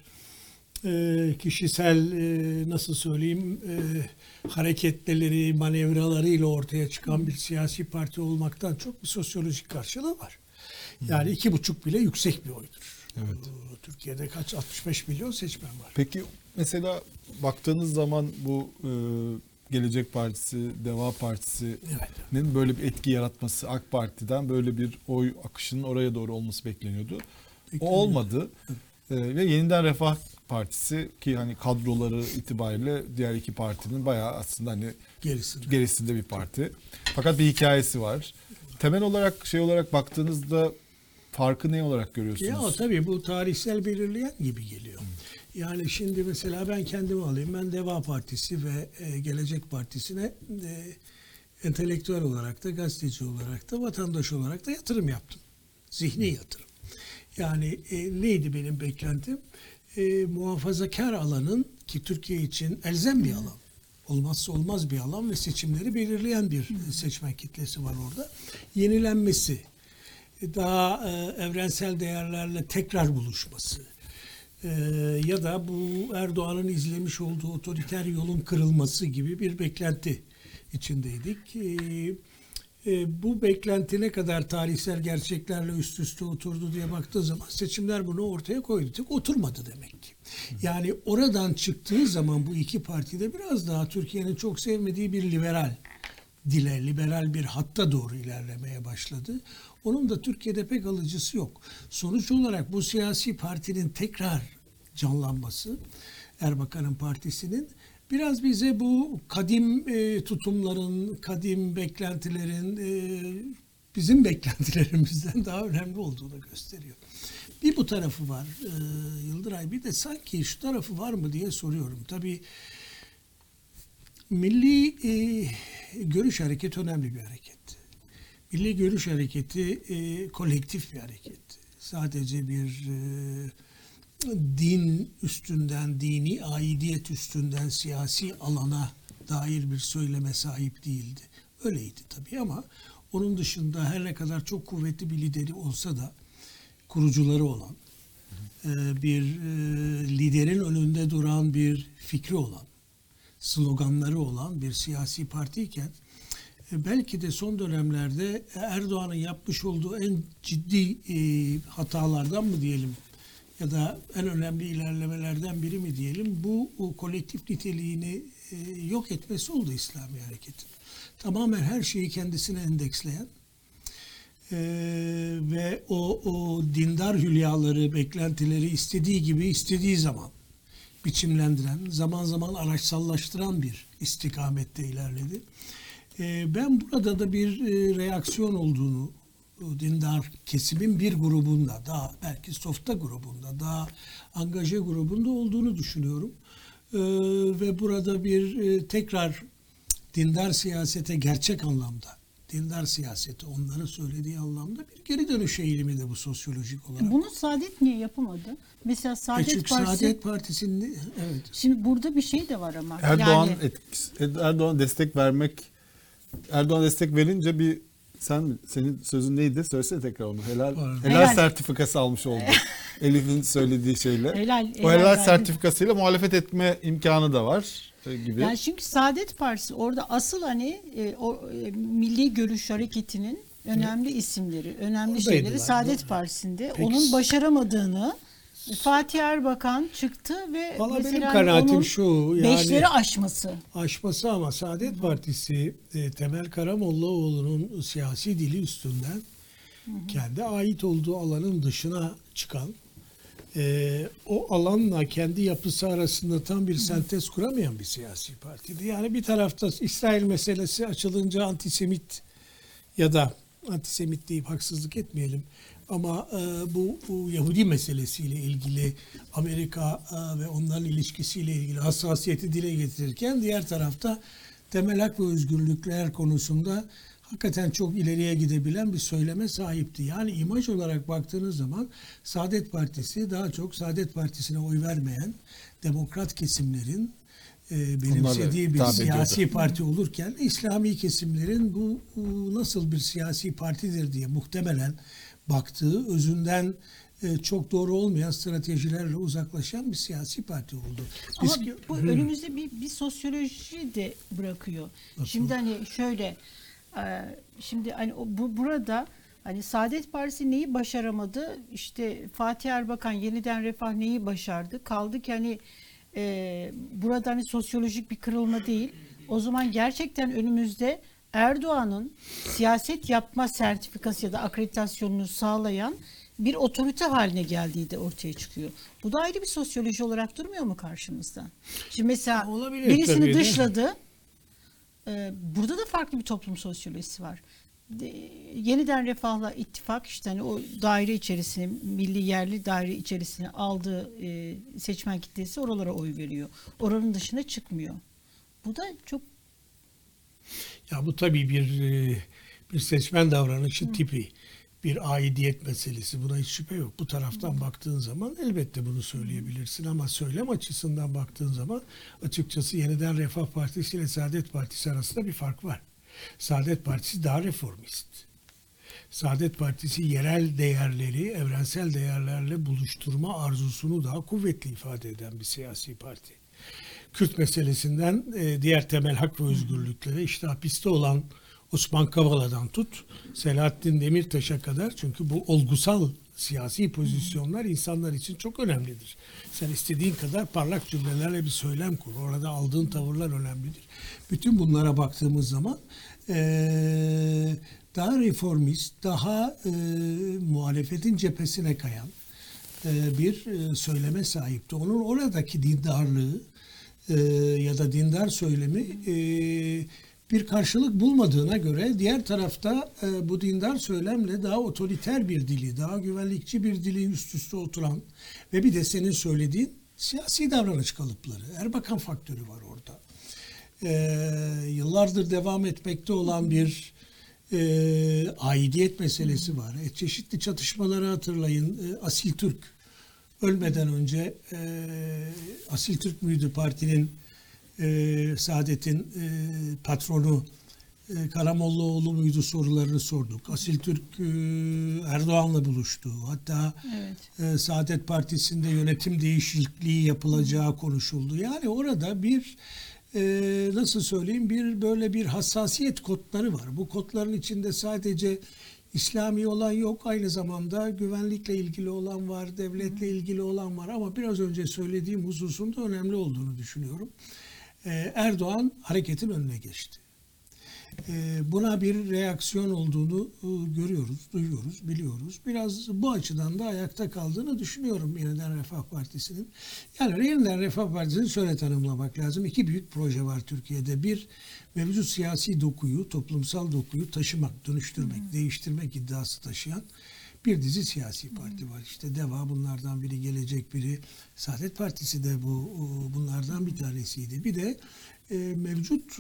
e, kişisel e, nasıl söyleyeyim e, hareketleri, manevralarıyla ortaya çıkan bir siyasi parti olmaktan çok bir sosyolojik karşılığı var. Yani iki buçuk bile yüksek bir oydur. Evet. E, Türkiye'de kaç altmış beş milyon seçmen var. Peki mesela baktığınız zaman bu e, Gelecek Partisi, Deva Partisi'nin böyle bir etki yaratması, AK Parti'den böyle bir oy akışının oraya doğru olması bekleniyordu. O olmadı. E, ve Yeniden Refah Partisi ki hani kadroları itibariyle diğer iki partinin bayağı aslında hani Gerisinde. gerisinde bir parti. Fakat bir hikayesi var. Temel olarak şey olarak baktığınızda farkı ne olarak görüyorsunuz? Ya tabii bu tarihsel belirleyen gibi geliyor. Yani şimdi mesela ben kendimi alayım. Ben Deva Partisi ve e, Gelecek Partisi'ne e, entelektüel olarak da, gazeteci olarak da, vatandaş olarak da yatırım yaptım. Zihni yatırım. Yani e, neydi benim beklentim? E, muhafazakar alanın ki Türkiye için elzem bir alan. Olmazsa olmaz bir alan ve seçimleri belirleyen bir seçmen kitlesi var orada. Yenilenmesi, daha e, evrensel değerlerle tekrar buluşması e, ya da bu Erdoğan'ın izlemiş olduğu otoriter yolun kırılması gibi bir beklenti içindeydik. E, e, bu beklenti ne kadar tarihsel gerçeklerle üst üste oturdu diye baktığı zaman seçimler bunu ortaya koydu. Tek oturmadı demek ki. Yani oradan çıktığı zaman bu iki partide biraz daha Türkiye'nin çok sevmediği bir liberal dile, liberal bir hatta doğru ilerlemeye başladı. Onun da Türkiye'de pek alıcısı yok. Sonuç olarak bu siyasi partinin tekrar canlanması, Erbakan'ın partisinin biraz bize bu kadim e, tutumların, kadim beklentilerin e, bizim beklentilerimizden daha önemli olduğunu gösteriyor. Bir bu tarafı var e, Yıldıray, bir de sanki şu tarafı var mı diye soruyorum. Tabii Milli e, Görüş Hareketi önemli bir hareket. Milli Görüş Hareketi e, kolektif bir hareket. Sadece bir e, din üstünden, dini aidiyet üstünden siyasi alana dair bir söyleme sahip değildi. Öyleydi tabii ama onun dışında her ne kadar çok kuvvetli bir lideri olsa da kurucuları olan, e, bir e, liderin önünde duran bir fikri olan, sloganları olan bir siyasi partiyken e, belki de son dönemlerde Erdoğan'ın yapmış olduğu en ciddi e, hatalardan mı diyelim ya da en önemli ilerlemelerden biri mi diyelim, bu o kolektif niteliğini e, yok etmesi oldu İslami hareketin. Tamamen her şeyi kendisine endeksleyen e, ve o, o dindar hülyaları, beklentileri istediği gibi, istediği zaman biçimlendiren, zaman zaman araçsallaştıran bir istikamette ilerledi. E, ben burada da bir e, reaksiyon olduğunu, dindar kesimin bir grubunda, daha belki softa grubunda, daha angaje grubunda olduğunu düşünüyorum. Ee, ve burada bir e, tekrar dindar siyasete gerçek anlamda, dindar siyasete onların söylediği anlamda bir geri dönüş eğilimi de bu sosyolojik olarak. Bunu Saadet niye yapamadı? Mesela Saadet e çünkü Partisi... Saadet Partisi'nin, evet. Şimdi burada bir şey de var ama. Erdoğan yani, etkisi, Erdoğan destek vermek, Erdoğan destek verince bir sen senin sözün neydi? Söylesene tekrar onu. Helal helal, Helal. sertifikası almış oldu. Elif'in söylediği şeyle. Helal, o helal helal verdim. sertifikasıyla muhalefet etme imkanı da var e, gibi. Yani çünkü Saadet Partisi orada asıl hani e, o e, Milli Görüş Hareketi'nin önemli isimleri, önemli Oradaydılar, şeyleri Saadet doğru. Partisi'nde. Peki. Onun başaramadığını Fatih Erbakan çıktı ve Valla benim mesela kanaatim onun şu, yani beşleri aşması. aşması ama Saadet Partisi e, Temel Karamollaoğlu'nun siyasi dili üstünden kendi ait olduğu alanın dışına çıkan, e, o alanla kendi yapısı arasında tam bir sentez kuramayan bir siyasi partiydi. Yani bir tarafta İsrail meselesi açılınca antisemit ya da antisemit deyip haksızlık etmeyelim. Ama e, bu, bu Yahudi meselesiyle ilgili Amerika e, ve onların ilişkisiyle ilgili hassasiyeti dile getirirken diğer tarafta temel hak ve özgürlükler konusunda hakikaten çok ileriye gidebilen bir söyleme sahipti. Yani imaj olarak baktığınız zaman Saadet Partisi daha çok Saadet Partisi'ne oy vermeyen demokrat kesimlerin e, benimsediği bir siyasi ediyordu. Parti olurken İslami kesimlerin bu, bu nasıl bir siyasi partidir diye muhtemelen baktığı, özünden e, çok doğru olmayan stratejilerle uzaklaşan bir siyasi parti oldu. Ama Biz, bu hı. önümüzde bir, bir sosyoloji de bırakıyor. Nasıl? Şimdi hani şöyle, e, şimdi hani o, bu burada hani Saadet Partisi neyi başaramadı? İşte Fatih Erbakan Yeniden Refah neyi başardı? Kaldı ki hani e, burada hani sosyolojik bir kırılma değil. O zaman gerçekten önümüzde Erdoğan'ın siyaset yapma sertifikası ya da akreditasyonunu sağlayan bir otorite haline geldiği de ortaya çıkıyor. Bu da ayrı bir sosyoloji olarak durmuyor mu karşımızda? Şimdi mesela Olabilir, birisini tabii, dışladı. Ee, burada da farklı bir toplum sosyolojisi var. De, yeniden Refah'la ittifak işte hani o daire içerisine, milli yerli daire içerisine aldığı e, seçmen kitlesi oralara oy veriyor. Oranın dışına çıkmıyor. Bu da çok Ya bu tabii bir bir seçmen davranışı tipi, bir aidiyet meselesi. Buna hiç şüphe yok. Bu taraftan baktığın zaman elbette bunu söyleyebilirsin ama söylem açısından baktığın zaman açıkçası Yeniden Refah Partisi ile Saadet Partisi arasında bir fark var. Saadet Partisi daha reformist. Saadet Partisi yerel değerleri, evrensel değerlerle buluşturma arzusunu daha kuvvetli ifade eden bir siyasi parti. Kürt meselesinden e, diğer temel hak ve özgürlüklere, işte hapiste olan Osman Kavala'dan tut, Selahattin Demirtaş'a kadar, çünkü bu olgusal Siyasi pozisyonlar insanlar için çok önemlidir. Sen istediğin kadar parlak cümlelerle bir söylem kur. Orada aldığın tavırlar önemlidir. Bütün bunlara baktığımız zaman ee, daha reformist, daha e, muhalefetin cephesine kayan e, bir e, söyleme sahipti. Onun oradaki dindarlığı e, ya da dindar söylemi e, bir karşılık bulmadığına göre diğer tarafta e, bu dindar söylemle daha otoriter bir dili, daha güvenlikçi bir dili üst üste oturan ve bir de senin söylediğin siyasi davranış kalıpları, Erbakan faktörü var orada. E, yıllardır devam etmekte olan bir e, aidiyet meselesi var. E, çeşitli çatışmaları hatırlayın. E, Asil Türk ölmeden önce e, Asil Türk müydü partinin e, Saadet'in e, patronu e, Karamollaoğlu muydu sorularını sorduk. Asil Türk e, Erdoğan'la buluştu. Hatta Evet. e, Saadet Partisi'nde yönetim değişikliği yapılacağı konuşuldu. Yani orada bir e, nasıl söyleyeyim bir böyle bir hassasiyet kodları var. Bu kodların içinde sadece İslami olan yok, aynı zamanda güvenlikle ilgili olan var, devletle ilgili olan var ama biraz önce söylediğim hususun da önemli olduğunu düşünüyorum. Ee, Erdoğan hareketin önüne geçti. Ee, buna bir reaksiyon olduğunu e, görüyoruz, duyuyoruz, biliyoruz. Biraz bu açıdan da ayakta kaldığını düşünüyorum Yeniden Refah Partisi'nin. Yani Yeniden Refah Partisi'ni şöyle tanımlamak lazım. İki büyük proje var Türkiye'de. Bir, mevcut siyasi dokuyu, toplumsal dokuyu taşımak, dönüştürmek, hmm. değiştirmek iddiası taşıyan bir dizi siyasi parti var. İşte DEVA bunlardan biri, Gelecek biri, Saadet Partisi de bu bunlardan bir tanesiydi. Bir de e, mevcut e,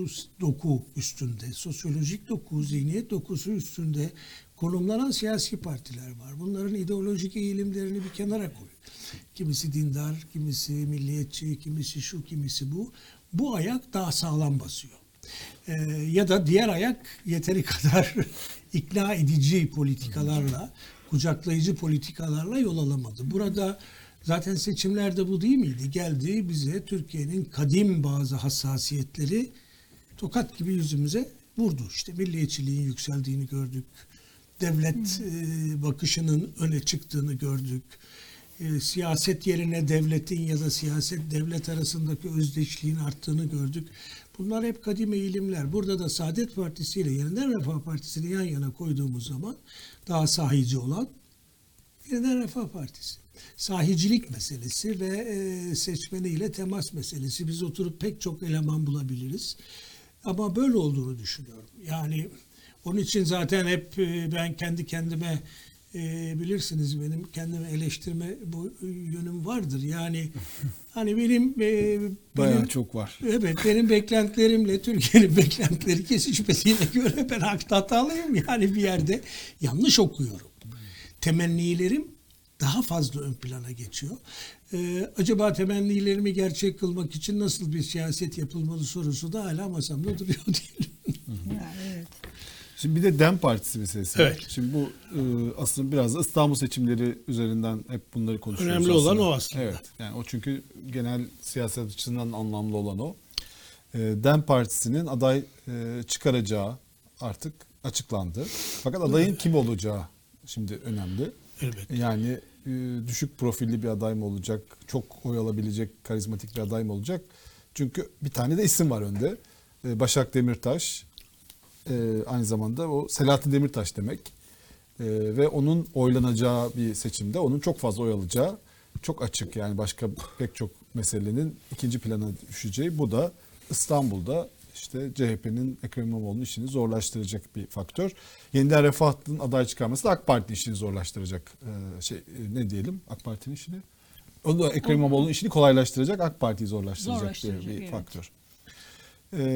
doku üstünde, sosyolojik doku, zihniyet dokusu üstünde konumlanan siyasi partiler var. Bunların ideolojik eğilimlerini bir kenara koy. Kimisi dindar, kimisi milliyetçi, kimisi şu, kimisi bu. Bu ayak daha sağlam basıyor. Ee, ya da diğer ayak yeteri kadar ikna edici politikalarla, kucaklayıcı politikalarla yol alamadı. Burada zaten seçimlerde bu değil miydi? Geldi bize Türkiye'nin kadim bazı hassasiyetleri tokat gibi yüzümüze vurdu. İşte milliyetçiliğin yükseldiğini gördük. Devlet e, bakışının öne çıktığını gördük. E, siyaset yerine devletin ya da siyaset devlet arasındaki özdeşliğin arttığını gördük. Bunlar hep kadim eğilimler. Burada da Saadet Partisi ile Yeniden Refah Partisi'ni yan yana koyduğumuz zaman daha sahici olan Yeniden Refah Partisi. Sahicilik meselesi ve e, seçmeniyle temas meselesi. Biz oturup pek çok eleman bulabiliriz. Ama böyle olduğunu düşünüyorum. Yani onun için zaten hep e, ben kendi kendime e, bilirsiniz benim kendimi eleştirme bu yönüm vardır. Yani hani benim e, bayağı benim, çok var. Evet, benim beklentilerimle Türkiye'nin beklentileri kesişmediğine göre ben hakta hatalıyım. Yani bir yerde yanlış okuyorum. Temennilerim daha fazla ön plana geçiyor. Ee, acaba temennilerimi gerçek kılmak için nasıl bir siyaset yapılmalı sorusu da hala masamda duruyor diyelim. Yani evet. Şimdi bir de DEM Partisi meselesi Evet. var. Şimdi bu e, aslında biraz da İstanbul seçimleri üzerinden hep bunları konuşuyoruz. Önemli aslında. olan o aslında. Evet. Yani o çünkü genel siyaset açısından anlamlı olan o. E, DEM Partisi'nin aday e, çıkaracağı artık açıklandı. Fakat adayın kim olacağı şimdi önemli. Elbette. Yani e, düşük profilli bir aday mı olacak? Çok oy alabilecek karizmatik bir aday mı olacak? Çünkü bir tane de isim var önde. E, Başak Demirtaş. E, aynı zamanda o Selahattin Demirtaş demek. E, ve onun oylanacağı bir seçimde onun çok fazla oy alacağı çok açık. Yani başka pek çok meselenin ikinci plana düşeceği. Bu da İstanbul'da işte C H P'nin Ekrem İmamoğlu'nun işini zorlaştıracak bir faktör. Yeniden Refah'ın aday çıkarması da AK Parti işini zorlaştıracak e, şey e, ne diyelim AK Parti'nin işini. O da Ekrem İmamoğlu'nun işini kolaylaştıracak, AK Parti'yi zorlaştıracak, Zorlaştıracak, bir, bir evet. faktör. E,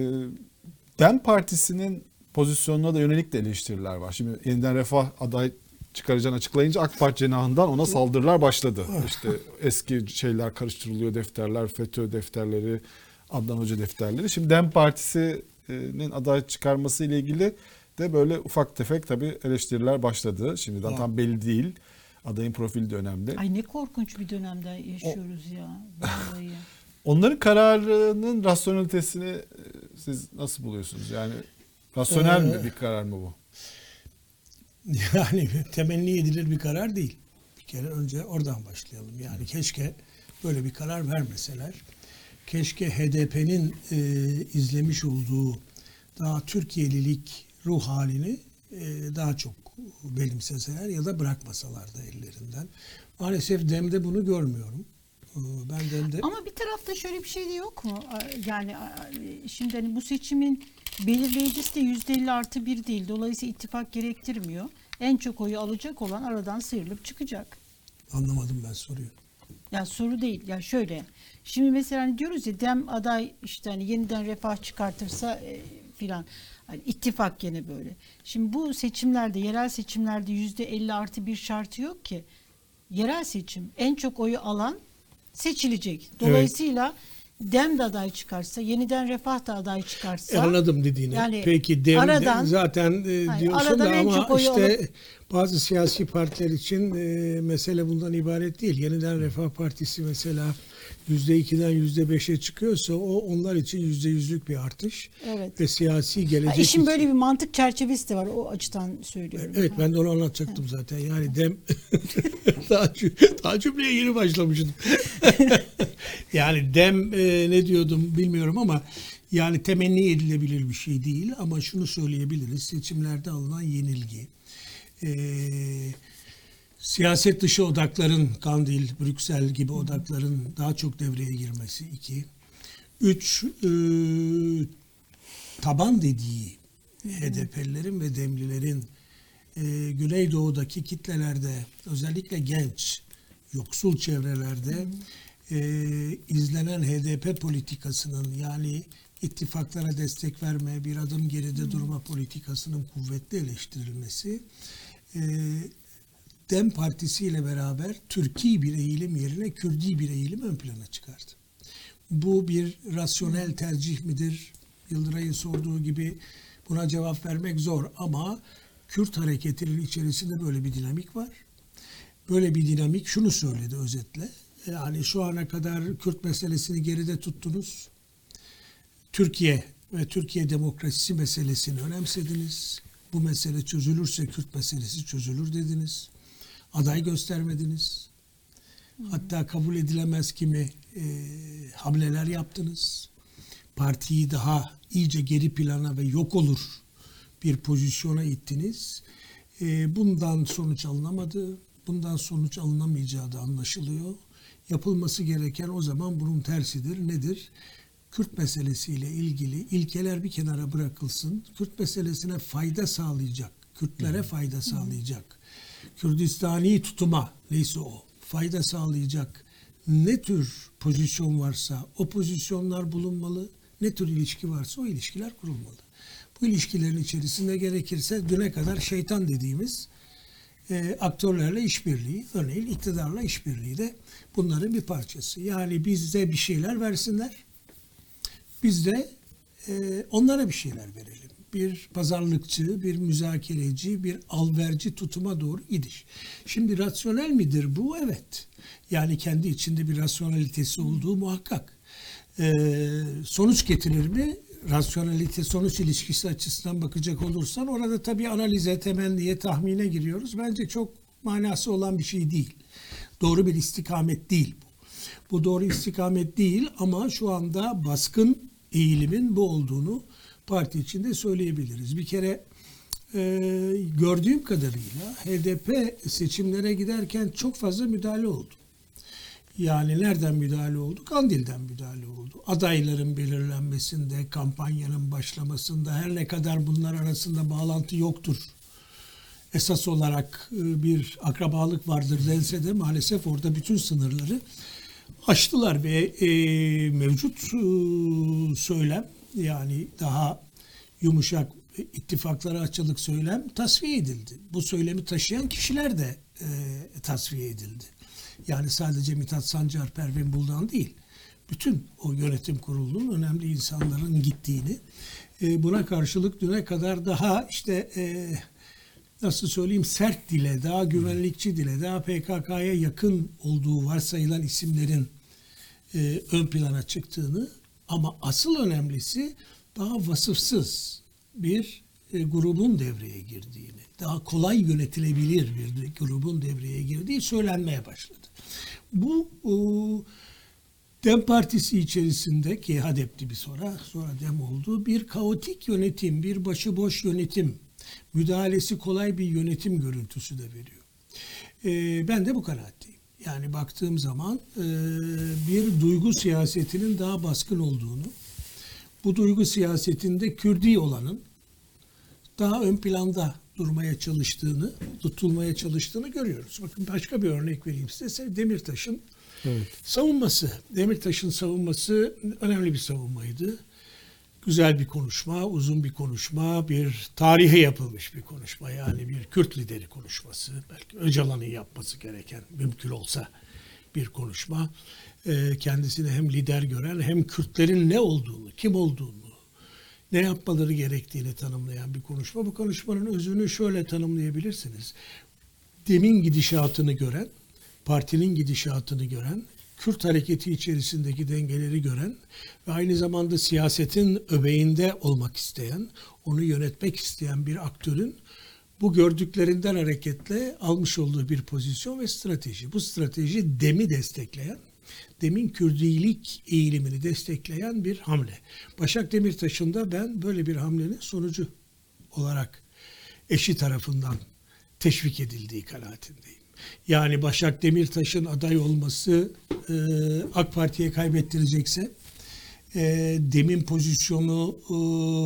DEM Partisi'nin pozisyonuna da yönelik de eleştiriler var. Şimdi Yeniden Refah aday çıkaracağını açıklayınca AK Parti cenahından ona saldırılar başladı. İşte eski şeyler karıştırılıyor, defterler, FETÖ defterleri, Adnan Hoca defterleri. Şimdi DEM Partisi'nin aday çıkarması ile ilgili de böyle ufak tefek tabii eleştiriler başladı. Şimdiden tam belli değil. Adayın profili de önemli. Ay ne korkunç bir dönemde yaşıyoruz o, ya. Vallahi. Onların kararının rasyonelitesini siz nasıl buluyorsunuz? Yani rasyonel ee, mi bir karar mı bu? Yani temenni edilir bir karar değil. Bir kere önce oradan başlayalım. Yani keşke böyle bir karar vermeseler. Keşke H D P'nin e, izlemiş olduğu daha Türkiye'lilik ruh halini e, daha çok benimseseler ya da bırakmasalar da ellerinden. Maalesef Dem'de bunu görmüyorum. E, ben Dem'de... Ama bir tarafta şöyle bir şey de yok mu? Yani şimdi hani bu seçimin belirleyicisi de yüzde elli artı bir değil. Dolayısıyla ittifak gerektirmiyor. En çok oyu alacak olan aradan sıyrılıp çıkacak. Anlamadım ben soruyu. Yani soru değil. Ya şöyle. Şimdi mesela hani diyoruz ya Dem aday işte hani yeniden Refah çıkartırsa e, filan. Hani ittifak gene böyle. Şimdi bu seçimlerde, yerel seçimlerde yüzde elli artı bir şartı yok ki. Yerel seçim en çok oyu alan seçilecek. Dolayısıyla Dem de aday çıkarsa, yeniden Refah da aday çıkarsa. E, anladım dediğini. Yani Peki Dem aradan, zaten e, hayır, diyorsun da ama işte alıp, bazı siyasi partiler için e, mesele bundan ibaret değil. Yeniden Refah Partisi mesela yüzde ikiden yüzde beşe çıkıyorsa o onlar için yüzde yüzlük bir artış. Evet. Ve siyasi gelecek Ha, işin için. böyle bir mantık çerçevesi de var. O açıdan söylüyorum. Evet ben de onu anlatacaktım zaten. Yani Dem daha, daha cümleye yeni başlamıştım. Yani Dem e, ne diyordum bilmiyorum ama yani temenni edilebilir bir şey değil ama şunu söyleyebiliriz. Seçimlerde alınan yenilgi, e, siyaset dışı odakların, Kandil, Brüksel gibi odakların daha çok devreye girmesi iki. Üç, e, taban dediği H D P'lilerin ve Demlilerin e, Güneydoğu'daki kitlelerde özellikle genç, yoksul çevrelerde e, izlenen H D P politikasının yani ittifaklara destek verme, bir adım geride durma politikasının kuvvetli eleştirilmesi e, Dem Partisi ile beraber Türki bir eğilim yerine Kürdi bir eğilim ön plana çıkardı. Bu bir rasyonel tercih midir? Yıldıray'ın sorduğu gibi buna cevap vermek zor ama Kürt hareketinin içerisinde böyle bir dinamik var. Böyle bir dinamik şunu söyledi özetle. Yani şu ana kadar Kürt meselesini geride tuttunuz. Türkiye ve Türkiye demokrasisi meselesini önemsediniz. Bu mesele çözülürse Kürt meselesi çözülür dediniz. Aday göstermediniz. Hatta kabul edilemez kimi e, hamleler yaptınız. Partiyi daha iyice geri plana ve yok olur bir pozisyona ittiniz. E, bundan sonuç alınamadı. Bundan sonuç alınamayacağı da anlaşılıyor. Yapılması gereken o zaman bunun tersidir. Nedir? Kürt meselesiyle ilgili ilkeler bir kenara bırakılsın. Kürt meselesine fayda sağlayacak, Kürtlere fayda sağlayacak, Kürdistani tutuma neyse o fayda sağlayacak ne tür pozisyon varsa o pozisyonlar bulunmalı. Ne tür ilişki varsa o ilişkiler kurulmalı. Bu ilişkilerin içerisinde gerekirse düne kadar şeytan dediğimiz e, aktörlerle işbirliği, örneğin iktidarla işbirliği de bunların bir parçası. Yani bize bir şeyler versinler, biz de e, onlara bir şeyler verelim. Bir pazarlıkçı, bir müzakereci, bir alverci tutuma doğru gidiş. Şimdi rasyonel midir bu? Evet. Yani kendi içinde bir rasyonalitesi olduğu muhakkak. Ee, sonuç getirir mi? Rasyonalite sonuç ilişkisi açısından bakacak olursan orada tabii analize, temenniye, tahmine giriyoruz. Bence çok manası olan bir şey değil. Doğru bir istikamet değil bu. Bu doğru istikamet değil ama şu anda baskın eğilimin bu olduğunu parti içinde söyleyebiliriz. Bir kere e, gördüğüm kadarıyla H D P seçimlere giderken çok fazla müdahale oldu. Yani nereden müdahale oldu? Kandil'den müdahale oldu. Adayların belirlenmesinde, kampanyanın başlamasında her ne kadar bunlar arasında bağlantı yoktur. Esas olarak bir akrabalık vardır dense de maalesef orada bütün sınırları aştılar ve e, mevcut e, söylem yani daha yumuşak ittifaklara açılık söylem tasfiye edildi. Bu söylemi taşıyan kişiler de e, tasfiye edildi. Yani sadece Mithat Sancar, Pervin Buldan değil, bütün o yönetim kurulunun önemli insanların gittiğini, e, buna karşılık düne kadar daha işte e, nasıl söyleyeyim sert dile, daha güvenlikçi dile, daha P K K'ya yakın olduğu varsayılan isimlerin e, ön plana çıktığını ama asıl önemlisi daha vasıfsız bir e, grubun devreye girdiğini, daha kolay yönetilebilir bir grubun devreye girdiği söylenmeye başladı. Bu o, Dem Partisi içerisinde ki HADEP'ti bir sonra, sonra Dem oldu, bir kaotik yönetim, bir başıboş yönetim, müdahalesi kolay bir yönetim görüntüsü de veriyor. Ee, ben de bu kanaatteyim. Yani baktığım zaman e, bir duygu siyasetinin daha baskın olduğunu, bu duygu siyasetinde Kürdi olanın daha ön planda durmaya çalıştığını, tutulmaya çalıştığını görüyoruz. Bakın başka bir örnek vereyim size. Demirtaş'ın evet. savunması. Demirtaş'ın savunması önemli bir savunmaydı. Güzel bir konuşma, uzun bir konuşma, bir tarihe yapılmış bir konuşma. Yani bir Kürt lideri konuşması. Belki Öcalan'ın yapması gereken, mümkün olsa bir konuşma. Kendisini hem lider gören hem Kürtlerin ne olduğunu, kim olduğunu, ne yapmaları gerektiğini tanımlayan bir konuşma. Bu konuşmanın özünü şöyle tanımlayabilirsiniz. Dem'in gidişatını gören, partinin gidişatını gören, Kürt hareketi içerisindeki dengeleri gören ve aynı zamanda siyasetin öbeğinde olmak isteyen, onu yönetmek isteyen bir aktörün bu gördüklerinden hareketle almış olduğu bir pozisyon ve strateji. Bu strateji Dem'i destekleyen, Dem'in Kürdilik eğilimini destekleyen bir hamle. Başak Demirtaş'ın da ben böyle bir hamlenin sonucu olarak eşi tarafından teşvik edildiği kanaatindeyim. Yani Başak Demirtaş'ın aday olması e, AK Parti'ye kaybettirecekse, e, Dem'in pozisyonu e,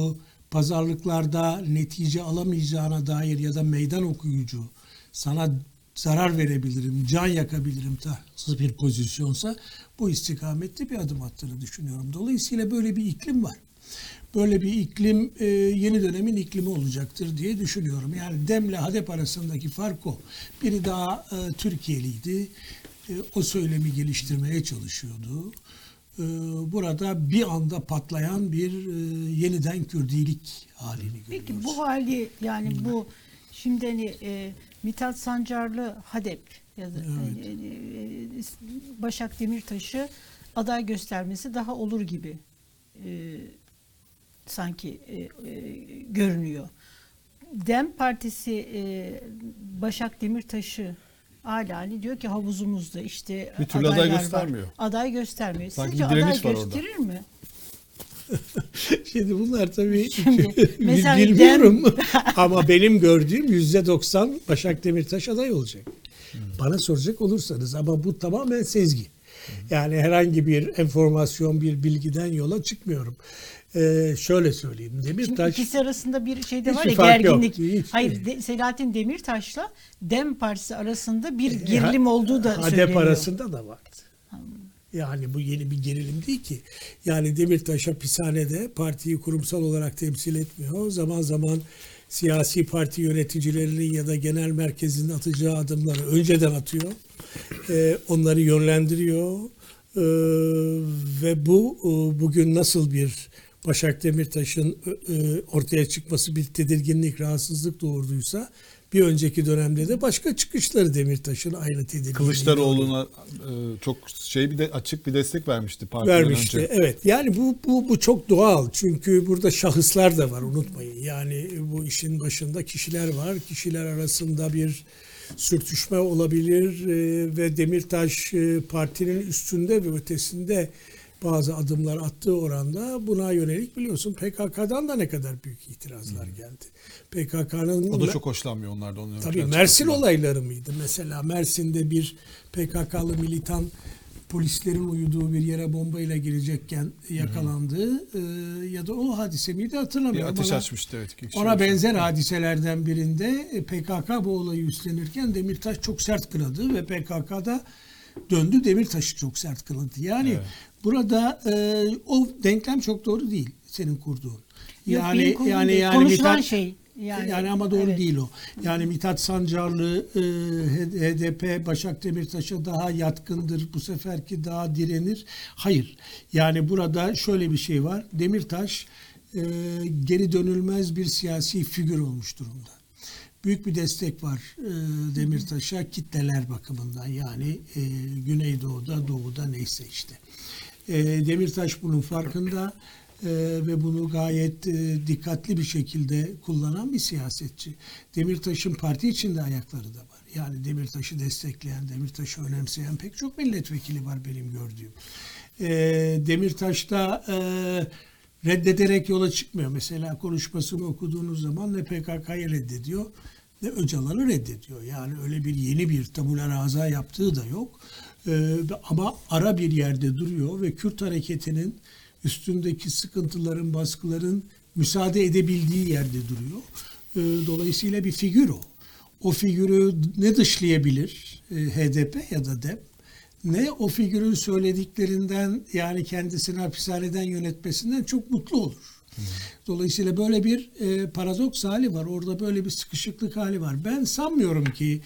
pazarlıklarda netice alamayacağına dair ya da meydan okuyucu, sana zarar verebilirim, can yakabilirim tarzı bir pozisyonsa bu istikamette bir adım attığını düşünüyorum. Dolayısıyla böyle bir iklim var. Böyle bir iklim e, yeni dönemin iklimi olacaktır diye düşünüyorum. Yani Dem'le HADEP arasındaki fark o. Biri daha e, Türkiye'liydi. E, o söylemi geliştirmeye çalışıyordu. E, burada bir anda patlayan bir e, yeniden Kürdilik halini görüyoruz. Peki bu hali yani hmm. bu şimdi hani e, Mithat Sancarlı HADEP ya da evet. e, e, Başak Demirtaş'ı aday göstermesi daha olur gibi e, sanki e, e, görünüyor. Dem Partisi e, Başak Demirtaş'ı alani diyor ki havuzumuzda işte bir türlü aday göstermiyor. Var. Aday göstermiyor. Sanki sizce aday orada. gösterir mi? Şimdi bunlar tabii Şimdi, mesela bilmiyorum dem... ama benim gördüğüm yüzde doksan Başak Demirtaş aday olacak. Hmm. Bana soracak olursanız ama bu tamamen sezgi. Hmm. Yani herhangi bir enformasyon, bir bilgiden yola çıkmıyorum. Ee, şöyle söyleyeyim. Demirtaş... Şimdi ikisi arasında bir şey de var ya gerginlik. Yok, Hayır de, Selahattin Demirtaş'la Dem Partisi arasında bir gerilim ha, olduğu da HADEP söyleniyor. arasında da vardı. Hmm. Yani bu yeni bir gerilim değil ki. Yani Demirtaş hapishanede partiyi kurumsal olarak temsil etmiyor. Zaman zaman siyasi parti yöneticilerinin ya da genel merkezinin atacağı adımları önceden atıyor. Ee, onları yönlendiriyor. Ee, ve bu bugün nasıl bir Başak Demirtaş'ın e, ortaya çıkması bir tedirginlik, rahatsızlık doğurduysa bir önceki dönemde de başka çıkışları Demirtaş'ın aynı tedirginliği. Kılıçdaroğlu'na e, çok şey bir de açık bir destek vermişti partiden vermişti. önce. Evet. Yani bu bu bu çok doğal. Çünkü burada şahıslar da var, unutmayın. Yani bu işin başında kişiler var. Kişiler arasında bir sürtüşme olabilir e, ve Demirtaş e, partinin üstünde ve ötesinde bazı adımlar attığı oranda buna yönelik biliyorsun P K K'dan da ne kadar büyük itirazlar geldi. P K K'nın o da çok hoşlanmıyor onlardan. Tabii Mersin olayları mıydı? Mesela Mersin'de bir P K K'lı militan polislerin uyuduğu bir yere bombayla girecekken yakalandı. Ee, ya da o hadise miydi hatırlamıyorum. Bir ateş ona, açmıştı evet. Ona benzer hadiselerden birinde P K K bu olayı üstlenirken Demirtaş çok sert kınadı ve P K K'da döndü Demirtaş'ı çok sert kınadı. Yani evet. burada e, o denklem çok doğru değil senin kurduğun. Yani Yok, yani yani konuşulan Mithat, şey. Yani, yani ama doğru evet. değil o. Yani Mithat Sancarlı e, H D P Başak Demirtaş'a daha yatkındır. Bu seferki daha direnir. Hayır. Yani burada şöyle bir şey var. Demirtaş e, geri dönülmez bir siyasi figür olmuş durumda. Büyük bir destek var e, Demirtaş'a kitleler bakımından. Yani e, Güneydoğu'da, Doğu'da neyse işte. E, Demirtaş bunun farkında. Ee, ve bunu gayet e, dikkatli bir şekilde kullanan bir siyasetçi. Demirtaş'ın parti içinde ayakları da var. Yani Demirtaş'ı destekleyen, Demirtaş'ı önemseyen pek çok milletvekili var benim gördüğüm. Ee, Demirtaş da e, reddederek yola çıkmıyor. Mesela konuşmasını okuduğunuz zaman ne P K K'yı reddediyor ne Öcalan'ı reddediyor. Yani öyle bir yeni bir tabula rasa yaptığı da yok. Ee, ama ara bir yerde duruyor ve Kürt hareketinin üstündeki sıkıntıların, baskıların müsaade edebildiği yerde duruyor. Dolayısıyla bir figür o. O figürü ne dışlayabilir H D P ya da D E P, ne o figürün söylediklerinden, yani kendisini hapishaneden yönetmesinden çok mutlu olur. Hmm. Dolayısıyla böyle bir paradoks hali var. Orada böyle bir sıkışıklık hali var. Ben sanmıyorum ki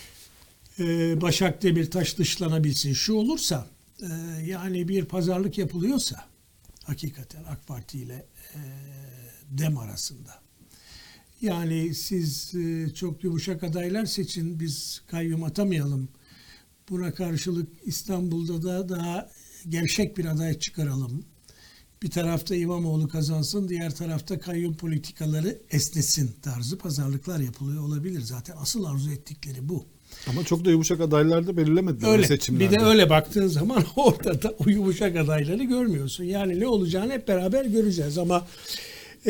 Başak Demirtaş dışlanabilsin. Şu olursa, yani bir pazarlık yapılıyorsa, hakikaten AK Parti ile e, D E M arasında. Yani siz e, çok yumuşak adaylar seçin, biz kayyum atamayalım. Buna karşılık İstanbul'da da daha gevşek bir aday çıkaralım. Bir tarafta İmamoğlu kazansın, diğer tarafta kayyum politikaları esnesin tarzı pazarlıklar yapılıyor olabilir. Zaten asıl arzu ettikleri bu. Ama çok da yumuşak adaylar da belirlemediler öyle, seçimlerde. Bir de öyle baktığın zaman ortada o yumuşak adayları görmüyorsun. Yani ne olacağını hep beraber göreceğiz ama e,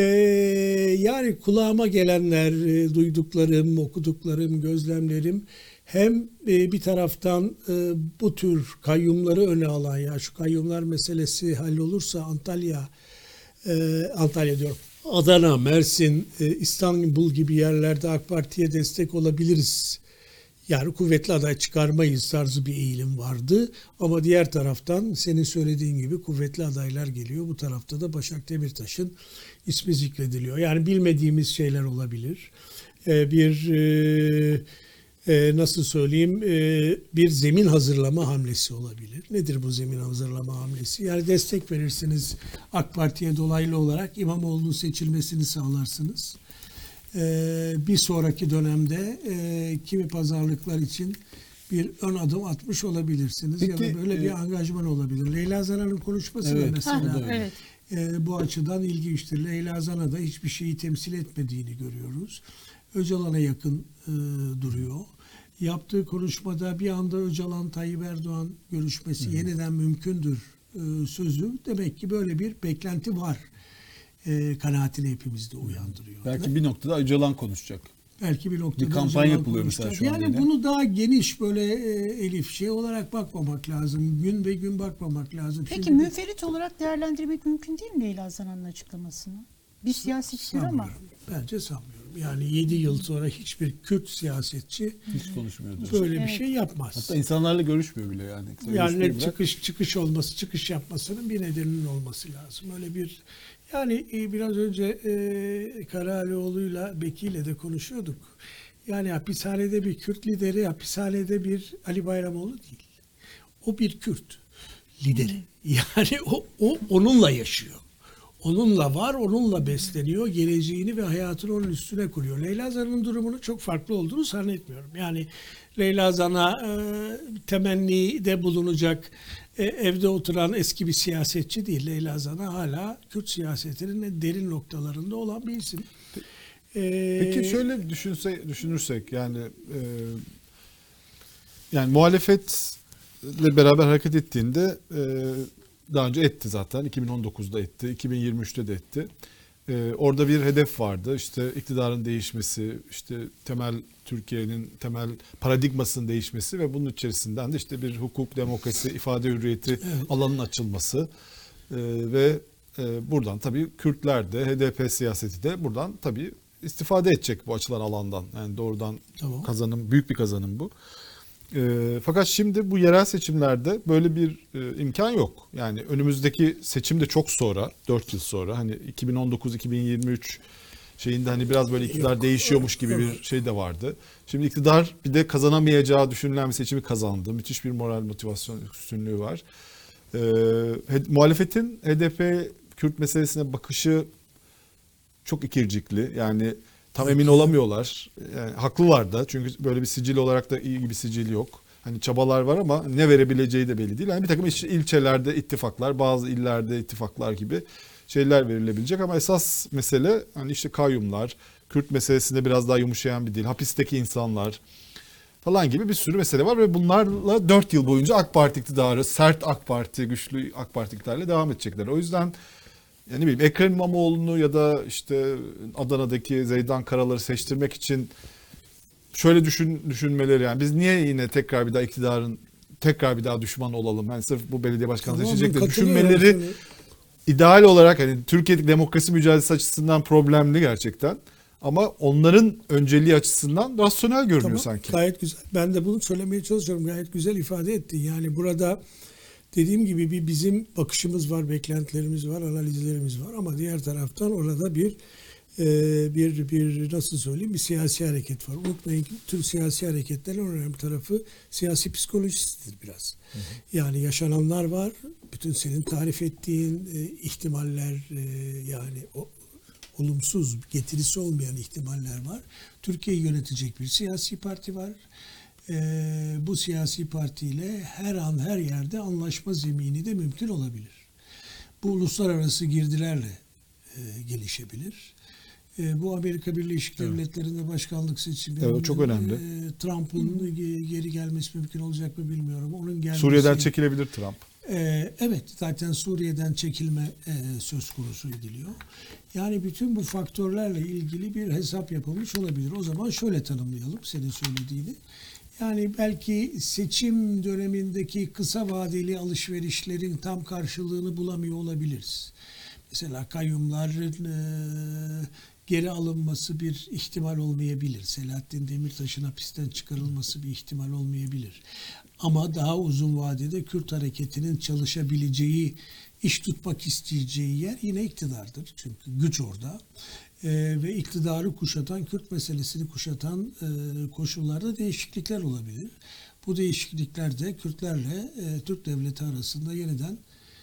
yani kulağıma gelenler, e, duyduklarım, okuduklarım, gözlemlerim hem e, bir taraftan e, bu tür kayyumları öne alan, ya şu kayyumlar meselesi hallolursa Antalya, e, Antalya diyorum, Adana, Mersin, e, İstanbul gibi yerlerde AK Parti'ye destek olabiliriz. Yani kuvvetli aday çıkarmayız tarzı bir eğilim vardı. Ama diğer taraftan senin söylediğin gibi kuvvetli adaylar geliyor. Bu tarafta da Başak Demirtaş'ın ismi zikrediliyor. Yani bilmediğimiz şeyler olabilir. Ee, bir e, e, nasıl söyleyeyim e, bir zemin hazırlama hamlesi olabilir. Nedir bu zemin hazırlama hamlesi? Yani destek verirsiniz AK Parti'ye dolaylı olarak İmamoğlu'nun seçilmesini sağlarsınız. Ee, bir sonraki dönemde e, kimi pazarlıklar için bir ön adım atmış olabilirsiniz. Peki, ya da böyle e, bir angajman olabilir. Leyla Zana'nın konuşması evet, da mesela ha, evet. e, bu açıdan ilginçtir. Leyla Zana da hiçbir şeyi temsil etmediğini görüyoruz. Öcalan'a yakın e, duruyor. Yaptığı konuşmada bir anda Öcalan Tayyip Erdoğan görüşmesi Hı. yeniden mümkündür e, sözü. Demek ki böyle bir beklenti var. E, kanaatini hepimizde uyandırıyor. Belki bir noktada Öcalan konuşacak. Belki bir noktada bir kampanya yapılıyor mesela şu an. Yani yine. Bunu daha geniş böyle e, Elif şey olarak bakmamak lazım. Gün ve gün bakmamak lazım. Peki Şimdi münferit olarak değerlendirmek mümkün değil mi Leyla Zana'nın açıklamasını? Bir siyasetçidir ama. Bence sanmıyorum. Yani yedi yıl sonra hiçbir Kürt siyasetçi hiç konuşmuyordu. Böyle evet. bir şey yapmaz. Hatta insanlarla görüşmüyor bile yani. Yani ne çıkış çıkış olması, çıkış yapmasının bir nedeninin olması lazım. Öyle bir yani biraz önce e, Karahalioğlu'yla Beki'yle de konuşuyorduk. Yani hapishanede bir Kürt lideri, hapishanede bir Ali Bayramoğlu değil. O bir Kürt lideri. Yani o, o onunla yaşıyor. Onunla var, onunla besleniyor. Geleceğini ve hayatını onun üstüne kuruyor. Leyla Zana'nın durumunun çok farklı olduğunu zannetmiyorum. Yani Leyla Zana e, temennide bulunacak, e, evde oturan eski bir siyasetçi değil. Leyla Zana hala Kürt siyasetinin en derin noktalarında olan bir isim. E, Peki şöyle düşünse, düşünürsek yani e, yani muhalefetle beraber hareket ettiğinde e, daha önce etti zaten. iki bin on dokuzda etti. iki bin yirmi üçte de etti. Ee, orada bir hedef vardı. İşte iktidarın değişmesi, işte temel Türkiye'nin temel paradigmasının değişmesi ve bunun içerisinden de işte bir hukuk, demokrasi, ifade hürriyeti evet. alanının açılması ee, ve e, buradan tabii Kürtler de H D P siyaseti de buradan tabii istifade edecek bu açılan alandan. Yani doğrudan tamam. kazanım, büyük bir kazanım bu. E, fakat şimdi bu yerel seçimlerde böyle bir e, imkan yok. Yani önümüzdeki seçim de çok sonra, dört yıl sonra, hani iki bin on dokuz iki bin yirmi üç şeyinde hani biraz böyle iktidar yok. değişiyormuş gibi bir şey de vardı. Şimdi iktidar bir de kazanamayacağı düşünülen bir seçimi kazandı. Müthiş bir moral motivasyon üstünlüğü var. E, he, muhalefetin H D P Kürt meselesine bakışı çok ikircikli. Yani tam emin olamıyorlar. Yani haklılar da çünkü böyle bir sicil olarak da iyi bir sicil yok. Hani çabalar var ama ne verebileceği de belli değil. Yani bir takım ilçelerde ittifaklar, bazı illerde ittifaklar gibi şeyler verilebilecek ama esas mesele hani işte kayyumlar, Kürt meselesinde biraz daha yumuşayan bir dil, hapisteki insanlar falan gibi bir sürü mesele var ve bunlarla dört yıl boyunca AK Parti iktidarı, sert AK Parti, güçlü AK Parti iktidarıyla devam edecekler. O yüzden yani ne bileyim Ekrem İmamoğlu'nu ya da işte Adana'daki Zeydan Karalar'ı seçtirmek için şöyle düşün düşünmeleri, yani biz niye yine tekrar bir daha iktidarın tekrar bir daha düşman olalım? Yani sırf bu belediye başkanı Tamam, seçecek de katılıyorum düşünmeleri sana. ideal olarak hani Türkiye'deki demokrasi mücadelesi açısından problemli gerçekten. Ama onların önceliği açısından rasyonel görünüyor Tamam, sanki. gayet güzel. Ben de bunu söylemeye çalışıyorum. Gayet güzel ifade ettin. Yani burada dediğim gibi bir bizim bakışımız var, beklentilerimiz var, analizlerimiz var ama diğer taraftan orada bir e, bir bir nasıl söyleyeyim bir siyasi hareket var. Unutmayın ki tüm siyasi hareketlerin en önemli tarafı siyasi psikolojisidir biraz. Hı hı. Yani yaşananlar var. Bütün senin tarif ettiğin e, ihtimaller e, yani o olumsuz, getirisi olmayan ihtimaller var. Türkiye'yi yönetecek bir siyasi parti var. Ee, bu siyasi partiyle her an her yerde anlaşma zemini de mümkün olabilir. Bu uluslararası girdilerle e, gelişebilir. E, bu Amerika Birleşik Evet. Devletleri'nde başkanlık seçimi, Evet, çok önemli. E, Trump'ın geri gelmesi mümkün olacak mı bilmiyorum. Onun gelmesi, Suriye'den çekilebilir Trump. Ee, evet, zaten Suriye'den çekilme e, söz konusu ediliyor. Yani bütün bu faktörlerle ilgili bir hesap yapılmış olabilir. O zaman şöyle tanımlayalım senin söylediğini. Yani belki seçim dönemindeki kısa vadeli alışverişlerin tam karşılığını bulamıyor olabiliriz. Mesela kayyumların e, geri alınması bir ihtimal olmayabilir. Selahattin Demirtaş'ın hapisten çıkarılması bir ihtimal olmayabilir. Ama daha uzun vadede Kürt hareketinin çalışabileceği, iş tutmak isteyeceği yer yine iktidardır. Çünkü güç orada. Ee, ve iktidarı kuşatan, Kürt meselesini kuşatan e, koşullarda değişiklikler olabilir. Bu değişiklikler de Kürtlerle e, Türk devleti arasında yeniden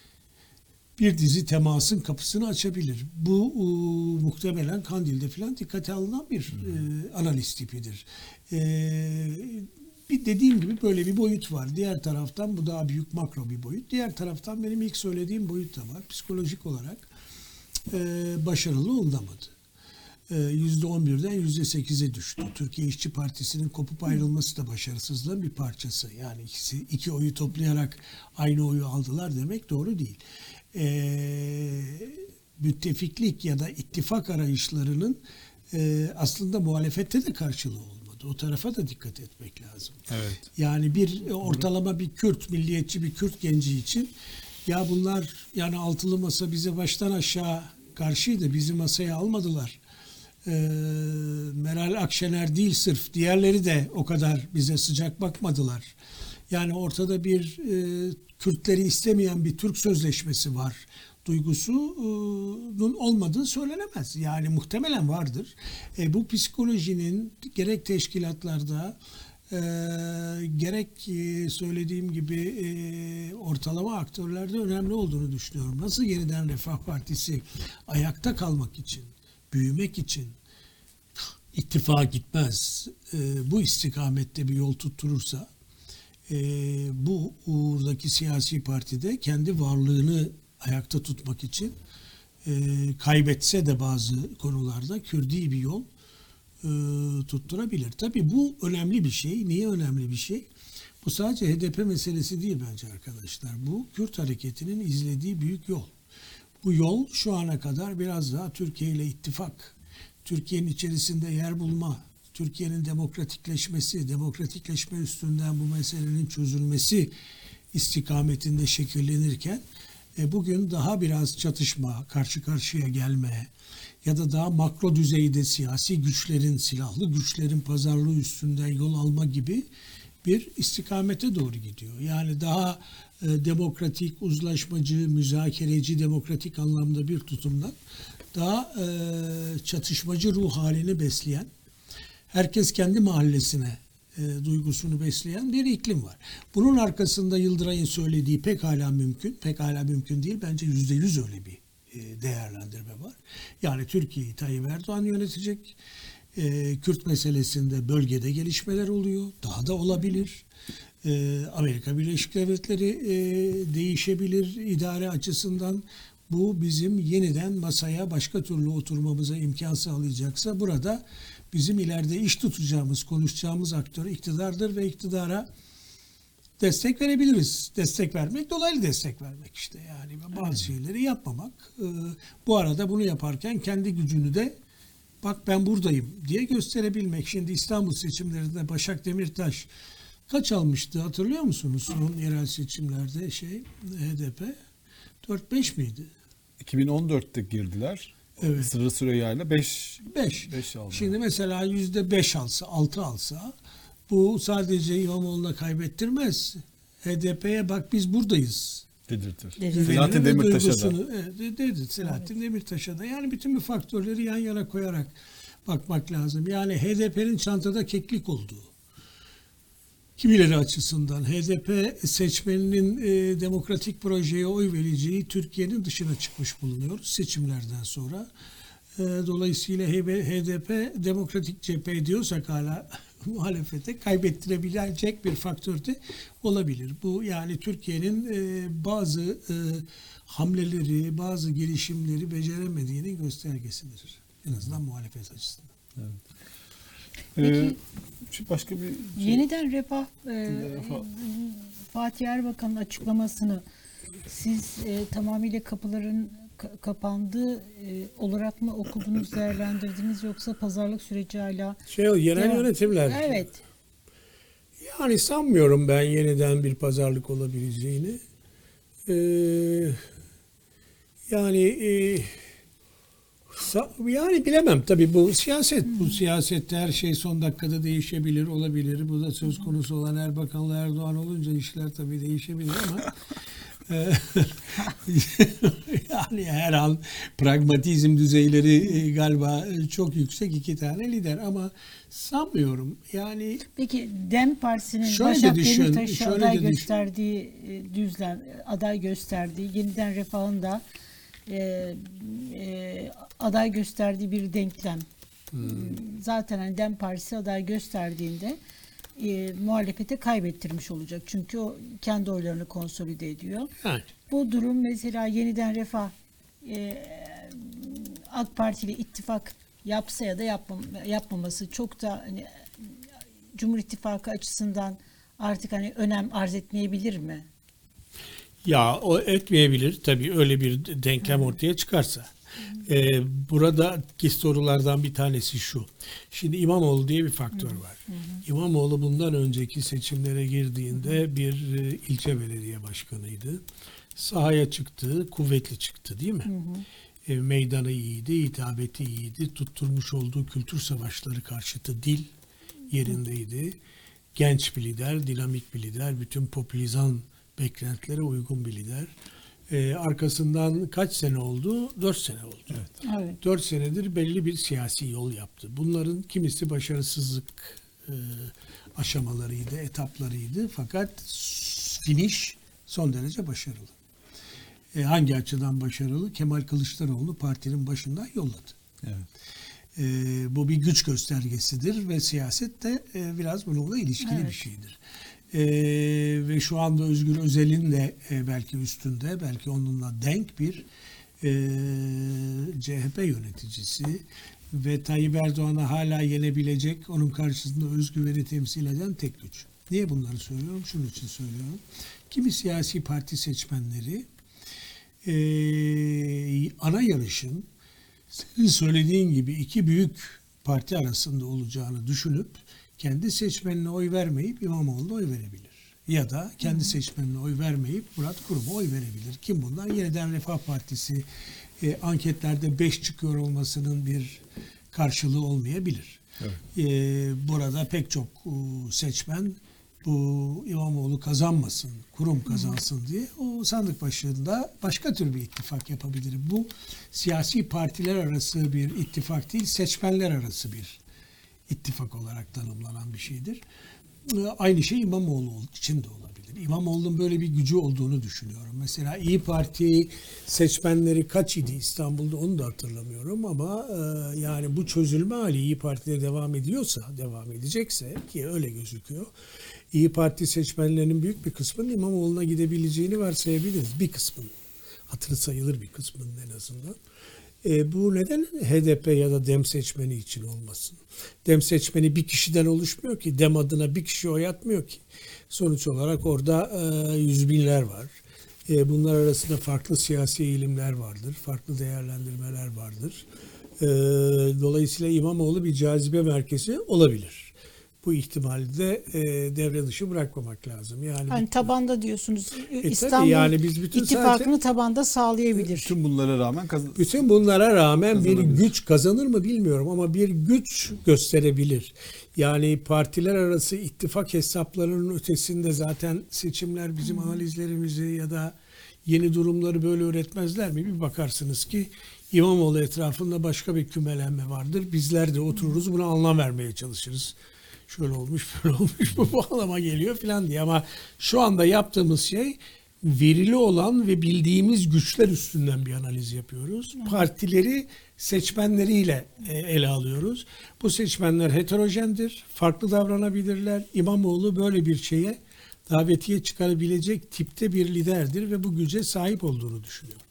bir dizi temasın kapısını açabilir. Bu e, muhtemelen Kandil'de falan dikkate alınan bir e, analiz tipidir. E, bir dediğim gibi böyle bir boyut var. Diğer taraftan bu daha büyük makro bir boyut. Diğer taraftan benim ilk söylediğim boyut da var. Psikolojik olarak e, başarılı olamadı. yüzde on birden yüzde sekize düştü. Türkiye İşçi Partisi'nin kopup ayrılması da başarısızlığın bir parçası. Yani ikisi iki oyu toplayarak aynı oyu aldılar demek doğru değil. Ee, müttefiklik ya da ittifak arayışlarının e, aslında muhalefette de karşılığı olmadı. O tarafa da dikkat etmek lazım. Evet. Yani bir ortalama bir Kürt, milliyetçi bir Kürt genci için ya bunlar yani altılı masa bize baştan aşağı karşıydı, bizi masaya almadılar. Ee, Meral Akşener değil sırf, diğerleri de o kadar bize sıcak bakmadılar. Yani ortada bir e, Kürtleri istemeyen bir Türk sözleşmesi var duygusunun olmadığı söylenemez. Yani muhtemelen vardır. E, bu psikolojinin gerek teşkilatlarda e, gerek e, söylediğim gibi e, ortalama aktörlerde önemli olduğunu düşünüyorum. Nasıl yeniden Refah Partisi ayakta kalmak için, büyümek için ittifağa gitmez, e, bu istikamette bir yol tutturursa e, bu uğurdaki siyasi partide kendi varlığını ayakta tutmak için e, kaybetse de bazı konularda Kürdi bir yol e, tutturabilir. Tabii bu önemli bir şey. Niye önemli bir şey? Bu sadece H D P meselesi değil bence arkadaşlar. Bu Kürt hareketinin izlediği büyük yol. Bu yol şu ana kadar biraz daha Türkiye ile ittifak, Türkiye'nin içerisinde yer bulma, Türkiye'nin demokratikleşmesi, demokratikleşme üstünden bu meselenin çözülmesi istikametinde şekillenirken e, bugün daha biraz çatışma, karşı karşıya gelme ya da daha makro düzeyde siyasi güçlerin, silahlı güçlerin pazarlığı üstünden yol alma gibi bir istikamete doğru gidiyor. Yani daha e, demokratik, uzlaşmacı, müzakereci, demokratik anlamda bir tutumdan daha e, çatışmacı ruh halini besleyen, herkes kendi mahallesine e, duygusunu besleyen bir iklim var. Bunun arkasında Yıldıray'ın söylediği pekala mümkün, pekala mümkün değil, bence yüzde yüz öyle bir e, değerlendirme var. Yani Türkiye'yi Tayyip Erdoğan yönetecek, e, Kürt meselesinde bölgede gelişmeler oluyor, daha da olabilir. E, Amerika Birleşik Devletleri e, değişebilir idare açısından. Bu bizim yeniden masaya başka türlü oturmamıza imkan sağlayacaksa burada bizim ileride iş tutacağımız, konuşacağımız aktör iktidardır ve iktidara destek verebiliriz. Destek vermek, dolaylı destek vermek işte. Yani bazı şeyleri yapmamak. Bu arada bunu yaparken kendi gücünü de bak ben buradayım diye gösterebilmek. Şimdi İstanbul seçimlerinde Başak Demirtaş kaç almıştı hatırlıyor musunuz? Son yerel seçimlerde şey H D P dört beş miydi? iki bin on dörtte girdiler. Evet. Sırrı Süreyya ile beş beş. Şimdi mesela yüzde beş alsa, altı alsa bu sadece İmamoğlu'na kaybettirmez. H D P'ye bak biz buradayız. Dedirtir. Dedirtir. Selahattin Demirtaş'a da. Evet, dedi Selahattin Demirtaş'a da. Yani bütün bu faktörleri yan yana koyarak bakmak lazım. Yani H D P'nin çantada keklik olduğu. Kimileri açısından H D P seçmeninin e, demokratik projeye oy vereceği Türkiye'nin dışına çıkmış bulunuyoruz seçimlerden sonra. E, dolayısıyla H D P demokratik cephe diyorsak hala muhalefete kaybettirebilecek bir faktör de olabilir. Bu yani Türkiye'nin e, bazı e, hamleleri, bazı gelişimleri beceremediğinin göstergesidir. En azından muhalefet açısından. Evet. Peki, Ee, başka bir şey. Yeniden Refah, e, Refah. Fatih Erbakan'ın açıklamasını siz e, tamamıyla kapıların ka- kapandığı e, olarak mı okudunuz, değerlendirdiniz yoksa pazarlık süreci hala? Şey o yerel Devam. yönetimler. Evet. Yani sanmıyorum ben yeniden bir pazarlık olabileceğini. Ee, yani e, sa- yani bilemem tabii bu siyaset. Bu siyasette her şey son dakikada değişebilir, olabilir. Bu da söz konusu olan Erbakan'la Erdoğan olunca işler tabii değişebilir ama e, yani her an pragmatizm düzeyleri e, galiba çok yüksek iki tane lider ama sanmıyorum. Yani Peki DEM Partisi'nin Şöyle de Başak düşün, Demirtaş'a şöyle aday de düşün. gösterdiği e, düzlem, aday gösterdiği, Yeniden Refah'ın da e, e, aday gösterdiği bir denklem. Zaten hani DEM Partisi aday gösterdiğinde e, muhalefete kaybettirmiş olacak. Çünkü o kendi oylarını konsolide ediyor. yani Bu durum mesela Yeniden Refah e, AK Parti ile ittifak yapsa ya da yapmam, yapmaması çok da hani, Cumhur İttifakı açısından artık hani önem arz etmeyebilir mi? ya o etmeyebilir tabii öyle bir denklem ortaya çıkarsa. Ee, buradaki sorulardan bir tanesi şu. Şimdi İmamoğlu diye bir faktör var. İmamoğlu bundan önceki seçimlere girdiğinde bir e, ilçe belediye başkanıydı. Sahaya çıktı, kuvvetli çıktı değil mi? E, meydanı iyiydi, hitabeti iyiydi. Tutturmuş olduğu kültür savaşları karşıtı dil yerindeydi. Genç bir lider, dinamik bir lider, bütün popülizan beklentilere uygun bir lider. Ee, arkasından kaç sene oldu? Dört sene oldu. Evet. Evet. Dört senedir belli bir siyasi yol yaptı. Bunların kimisi başarısızlık e, aşamalarıydı, etaplarıydı. Fakat finish son derece başarılı. E, hangi açıdan başarılı? Kemal Kılıçdaroğlu partinin başından yolladı. Evet. E, bu bir güç göstergesidir ve siyaset de e, biraz bununla ilişkili Evet. bir şeydir. E, ve şu anda Özgür Özel'in de e, belki üstünde, belki onunla denk bir e, C H P yöneticisi ve Tayyip Erdoğan'ı hala yenebilecek, onun karşısında özgüveni temsil eden tek güç. Niye bunları söylüyorum? Şunun için söylüyorum. Kimi siyasi parti seçmenleri e, ana yarışın senin söylediğin gibi iki büyük parti arasında olacağını düşünüp kendi seçmenine oy vermeyip İmamoğlu'na oy verebilir. Ya da kendi seçmenine oy vermeyip Murat Kurum'a oy verebilir. Kim bunlar? Yeniden Refah Partisi e, anketlerde beş çıkıyor olmasının bir karşılığı olmayabilir. Evet. E, burada pek çok e, seçmen bu İmamoğlu kazanmasın, kurum kazansın diye o sandık başında başka tür bir ittifak yapabilir. Bu siyasi partiler arası bir ittifak değil, seçmenler arası bir ittifak olarak tanımlanan bir şeydir. Aynı şey İmamoğlu için de olabilir. İmamoğlu'nun böyle bir gücü olduğunu düşünüyorum. Mesela İyi Parti seçmenleri kaç idi İstanbul'da onu da hatırlamıyorum ama e, yani bu çözülme hali İyi Parti'de devam ediyorsa, devam edecekse ki öyle gözüküyor. İyi Parti seçmenlerinin büyük bir kısmının İmamoğlu'na gidebileceğini varsayabiliriz. Bir kısmının. Hatırı sayılır bir kısmının en azından. E, bu neden H D P ya da DEM seçmeni için olmasın? DEM seçmeni bir kişiden oluşmuyor ki. DEM adına bir kişi oy atmıyor ki. Sonuç olarak orada e, yüz binler var. E, bunlar arasında farklı siyasi eğilimler vardır. Farklı değerlendirmeler vardır. E, dolayısıyla İmamoğlu bir cazibe merkezi olabilir. Bu ihtimali de e, devre dışı bırakmamak lazım. Yani, Yani tabanda diyorsunuz. E, İstanbul yani biz bütün ittifakını sadece, tabanda sağlayabilir. Tüm bunlara rağmen kazan- bütün bunlara rağmen bir Kazanabilir. güç kazanır mı bilmiyorum ama bir güç gösterebilir. Yani partiler arası ittifak hesaplarının ötesinde zaten seçimler bizim analizlerimizi ya da yeni durumları böyle öğretmezler mi? Bir bakarsınız ki İmamoğlu etrafında başka bir kümelenme vardır. Bizler de otururuz buna anlam vermeye çalışırız. Şöyle olmuş, böyle olmuş, bu bağlama geliyor falan diye. Ama şu anda yaptığımız şey verili olan ve bildiğimiz güçler üstünden bir analiz yapıyoruz. Partileri seçmenleriyle ele alıyoruz. Bu seçmenler heterojendir, farklı davranabilirler. İmamoğlu böyle bir şeye davetiye çıkarabilecek tipte bir liderdir ve bu güce sahip olduğunu düşünüyorum.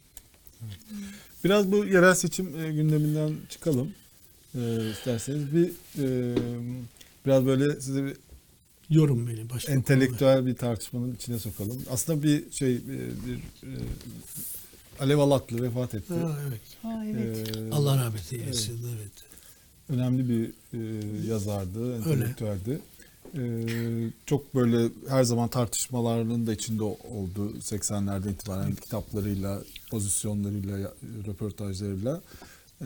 Biraz bu yerel seçim e, gündeminden çıkalım e, isterseniz. Bir e, biraz böyle size bir Yorum beni başka entelektüel bir tartışmanın içine sokalım. Aslında bir şey e, bir e, Alev Alaklı vefat etti. Ha, evet. Ha, evet. E, Allah rahmet eylesin. Evet. evet. Önemli bir e, yazardı, entelektüeldi. E, çok böyle her zaman tartışmaların da içinde oldu seksenlerden itibaren evet. kitaplarıyla, pozisyonlarıyla, röportajlarıyla. E,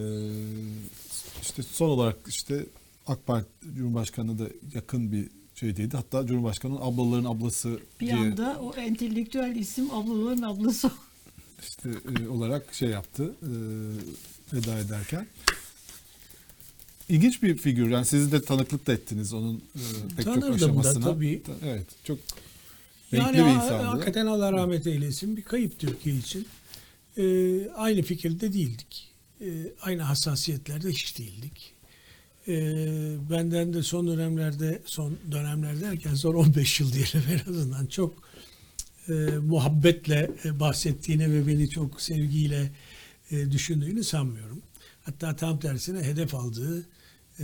işte son olarak işte AK Parti Cumhurbaşkanı da yakın bir şeydeydi. Hatta Cumhurbaşkanı'nın ablaların ablası Bir diye anda o entelektüel isim ablaların ablası. işte e, olarak şey yaptı e, veda ederken. İlginç bir figür. Yani siz de tanıklık da ettiniz onun e, pek çok Tanırdım aşamasına. da tabii. Evet. Çok renkli Yani bir insandı. hakikaten Allah rahmet eylesin. Bir kayıp Türkiye için. Ee, aynı fikirde değildik. Ee, aynı hassasiyetlerde hiç değildik. Ee, benden de son dönemlerde, son dönemler derken son on beş yıl diyelim en azından çok e, muhabbetle e, bahsettiğini ve beni çok sevgiyle e, düşündüğünü sanmıyorum. Hatta tam tersine hedef aldığı e,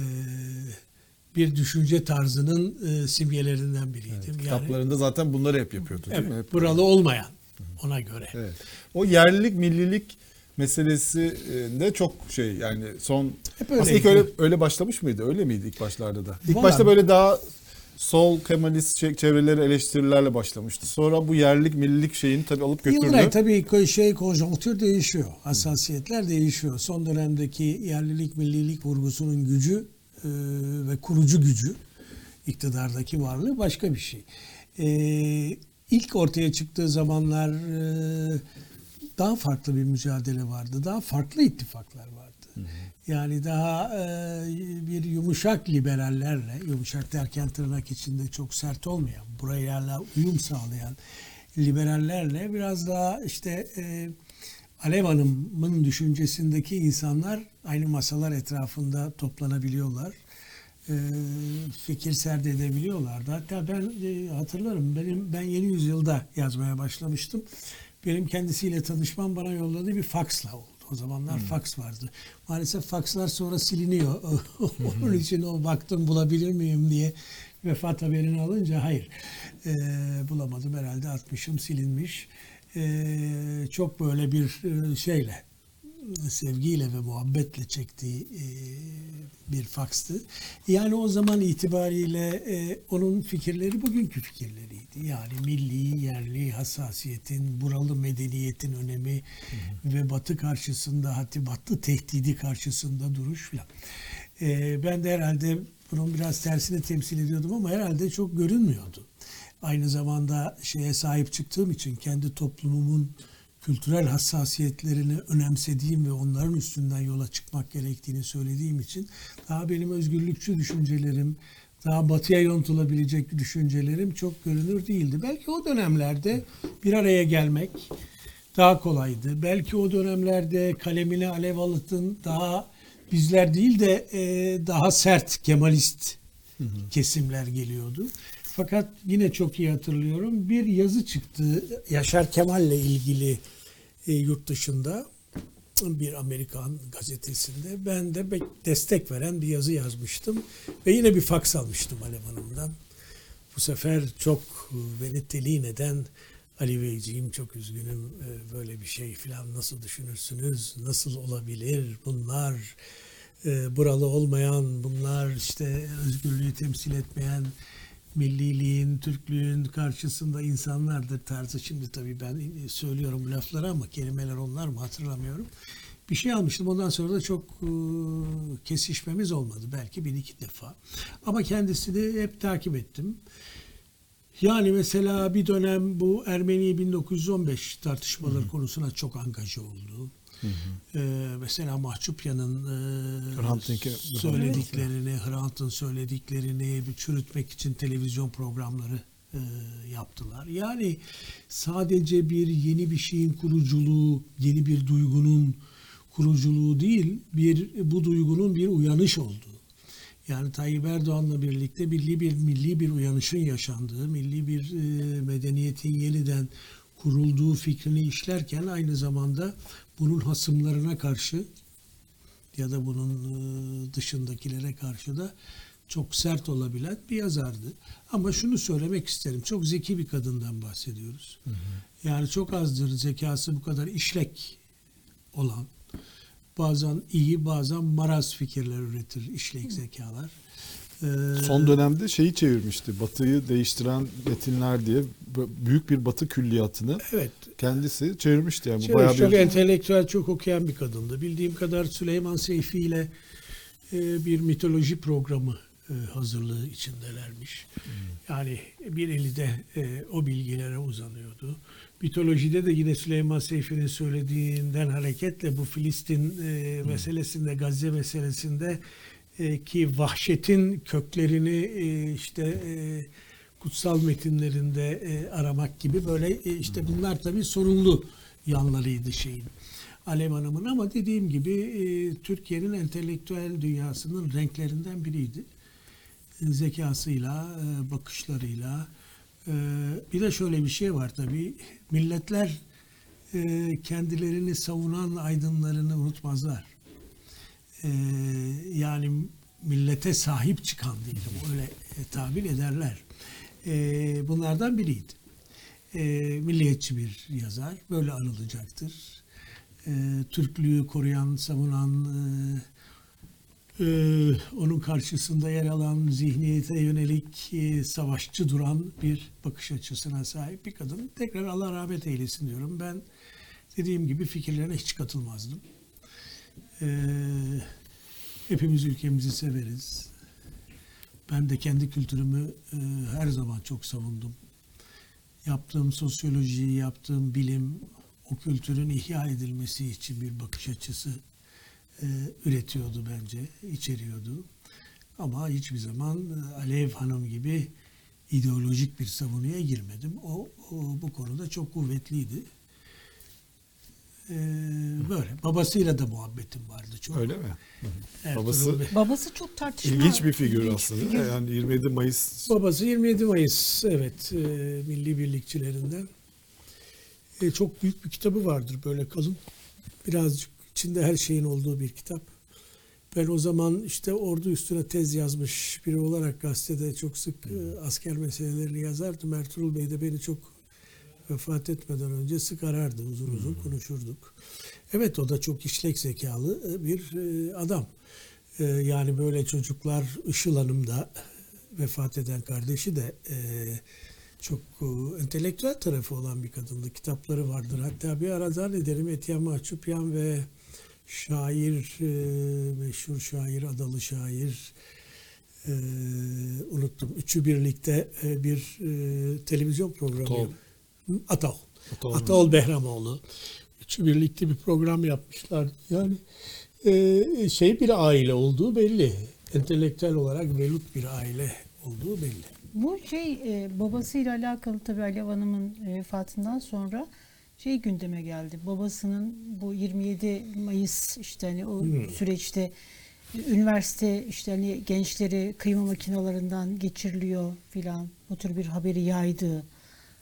bir düşünce tarzının e, simgelerinden biriydim. Evet, yani, kitaplarında zaten bunları hep yapıyordu değil evet, mi? Hep buralı olmayan ona göre. Evet. O yerlilik, millilik meselesi de çok şey yani son Hep aslında ilk öyle öyle başlamış mıydı? Öyle miydi ilk başlarda da? İlk Vallahi, başta böyle daha sol Kemalist çevreleri eleştirilerle başlamıştı. Sonra bu yerlilik, millilik şeyini tabii alıp götürdü. Yıllar tabii şey konjonktür değişiyor. Hassasiyetler değişiyor. Son dönemdeki yerlilik, millilik vurgusunun gücü e, ve kurucu gücü, iktidardaki varlığı başka bir şey. E, ilk ortaya çıktığı zamanlar e, daha farklı bir mücadele vardı. Daha farklı ittifaklar vardı. Hı hı. Yani daha e, bir yumuşak liberallerle, yumuşak derken tırnak içinde çok sert olmayan, buraya uyum sağlayan liberallerle biraz daha işte e, Alev Hanım'ın düşüncesindeki insanlar aynı masalar etrafında toplanabiliyorlar. E, fikir serdedebiliyorlardı. Hatta ben e, hatırlarım benim ben Yeni Yüzyıl'da yazmaya başlamıştım. Benim kendisiyle tanışmam bana yolladığı bir faksla oldu. O zamanlar hmm. faks vardı. Maalesef fakslar sonra siliniyor. Onun için o baktım bulabilir miyim diye vefat haberini alınca hayır e, bulamadım herhalde atmışım silinmiş. E, çok böyle bir şeyle sevgiyle ve muhabbetle çektiği e, bir fakstı. Yani o zaman itibariyle e, onun fikirleri bugünkü fikirleriydi. Yani milli, yerli hassasiyetin, buralı medeniyetin önemi hı hı. ve Batı karşısında, hatta Batı tehdidi karşısında duruş filan. E, ben de herhalde bunun biraz tersini temsil ediyordum ama herhalde çok görünmüyordu. Aynı zamanda şeye sahip çıktığım için kendi toplumumun kültürel hassasiyetlerini önemsediğim ve onların üstünden yola çıkmak gerektiğini söylediğim için daha benim özgürlükçü düşüncelerim, daha batıya yontulabilecek düşüncelerim çok görünür değildi. Belki o dönemlerde bir araya gelmek daha kolaydı. Belki o dönemlerde kalemine alev alıtın daha bizler değil de daha sert Kemalist kesimler geliyordu. Fakat yine çok iyi hatırlıyorum. Bir yazı çıktı Yaşar Kemal'le ilgili e, yurt dışında bir Amerikan gazetesinde. Ben de destek veren bir yazı yazmıştım ve yine bir faks almıştım Alev Hanım'dan. Bu sefer çok beni telin eden, Ali Beyciğim çok üzgünüm, böyle bir şey falan nasıl düşünürsünüz, nasıl olabilir bunlar, buralı olmayan, bunlar işte özgürlüğü temsil etmeyen, milliliğin, Türklüğün karşısında insanlardır tarzı. Şimdi tabii ben söylüyorum bu lafları ama kelimeler onlar mı hatırlamıyorum. Bir şey almıştım. Ondan sonra da çok e, kesişmemiz olmadı. Belki bir iki defa. Ama kendisini hep takip ettim. Yani mesela bir dönem bu Ermeni bin dokuz yüz on beş tartışmaları hı hı. konusuna çok angaja oldu. Hı hı. Ee, mesela Mahçupyan'ın e, söylediklerini, Hrant'ın söylediklerini çürütmek için televizyon programları e, yaptılar. Yani sadece bir yeni bir şeyin kuruculuğu, yeni bir duygunun kuruculuğu değil, bir bu duygunun bir uyanış olduğu. Yani Tayyip Erdoğan'la birlikte milli bir milli bir uyanışın yaşandığı, milli bir e, medeniyetin yeniden kurulduğu fikrini işlerken aynı zamanda bunun hasımlarına karşı ya da bunun e, dışındakilere karşı da çok sert olabilen bir yazardı. Ama şunu söylemek isterim. Çok zeki bir kadından bahsediyoruz. Hı hı. Yani çok azdır zekası bu kadar işlek olan. Bazen iyi, bazen maraz fikirler üretir işlek zekalar. Ee, Son dönemde şeyi çevirmişti. Batı'yı değiştiren metinler diye büyük bir Batı külliyatını evet. kendisi çevirmişti. Yani Çevir, bayağı çok bir... entelektüel, çok okuyan bir kadındı. Bildiğim kadar Süleyman Seyfi ile e, bir mitoloji programı e, hazırlığı içindelermiş. Hmm. Yani bir eli de e, o bilgilere uzanıyordu. Mitolojide de yine Süleyman Seyfi'nin söylediğinden hareketle bu Filistin e, hmm. meselesinde, Gazze meselesinde e, ki vahşetin köklerini e, işte e, kutsal metinlerinde e, aramak gibi böyle e, işte bunlar tabii sorunlu yanlarıydı şeyin. Alev Hanım'ın ama dediğim gibi e, Türkiye'nin entelektüel dünyasının renklerinden biriydi. E, zekasıyla, e, bakışlarıyla. E, bir de şöyle bir şey var tabii. Milletler e, kendilerini savunan aydınlarını unutmazlar. E, yani millete sahip çıkan diyelim, öyle e, tabir ederler. E, bunlardan biriydi. E, milliyetçi bir yazar, böyle anılacaktır. E, Türklüğü koruyan, savunan, e, e, onun karşısında yer alan, zihniyete yönelik e, savaşçı duran bir bakış açısına sahip bir kadın. Tekrar Allah rahmet eylesin diyorum. Ben dediğim gibi fikirlerine hiç katılmazdım. E, hepimiz ülkemizi severiz. Ben de kendi kültürümü e, her zaman çok savundum. Yaptığım sosyoloji, yaptığım bilim, o kültürün ihya edilmesi için bir bakış açısı e, üretiyordu bence, içeriyordu. Ama hiçbir zaman e, Alev Hanım gibi ideolojik bir savunuya girmedim. O, o bu konuda çok kuvvetliydi. E, böyle. Babasıyla da muhabbetim vardı çok. Öyle mi? Evet, Babası babası çok tartışmalı. İlginç bir figür İlginç aslında. Figür. Yani yirmi yedi Mayıs. Babası yirmi yedi Mayıs, evet, e, milli birlikçilerinden. E, çok büyük bir kitabı vardır, böyle kalın. Birazcık içinde her şeyin olduğu bir kitap. Ben o zaman işte ordu üstüne tez yazmış biri olarak gazetede çok sık e, asker meselelerini yazardım. Ertuğrul Bey de beni çok vefat etmeden önce sık arardı, uzun uzun konuşurduk. Evet, o da çok işlek zekalı bir e, adam. E, yani böyle çocuklar, Işıl Hanım da vefat eden kardeşi de e, çok e, entelektüel tarafı olan bir kadındı. Kitapları vardır. Hatta bir ara zannederim Etyen Mahçupyan ve şair, e, meşhur şair, adalı şair, e, unuttum. Üçü birlikte e, bir e, televizyon programı. Ataol. Ataol. Ataol, Ataol Behramoğlu. Üçü birlikte bir program yapmışlar. Yani e, şey bir aile olduğu belli. Entelektüel olarak velut bir aile olduğu belli. Bu şey e, babasıyla alakalı tabii Alev Hanım'ın e, vefatından sonra şey gündeme geldi. Babasının bu yirmi yedi Mayıs işte hani o hmm. süreçte üniversite işte hani gençleri kıyma makinalarından geçiriliyor filan, bu tür bir haberi yaydığı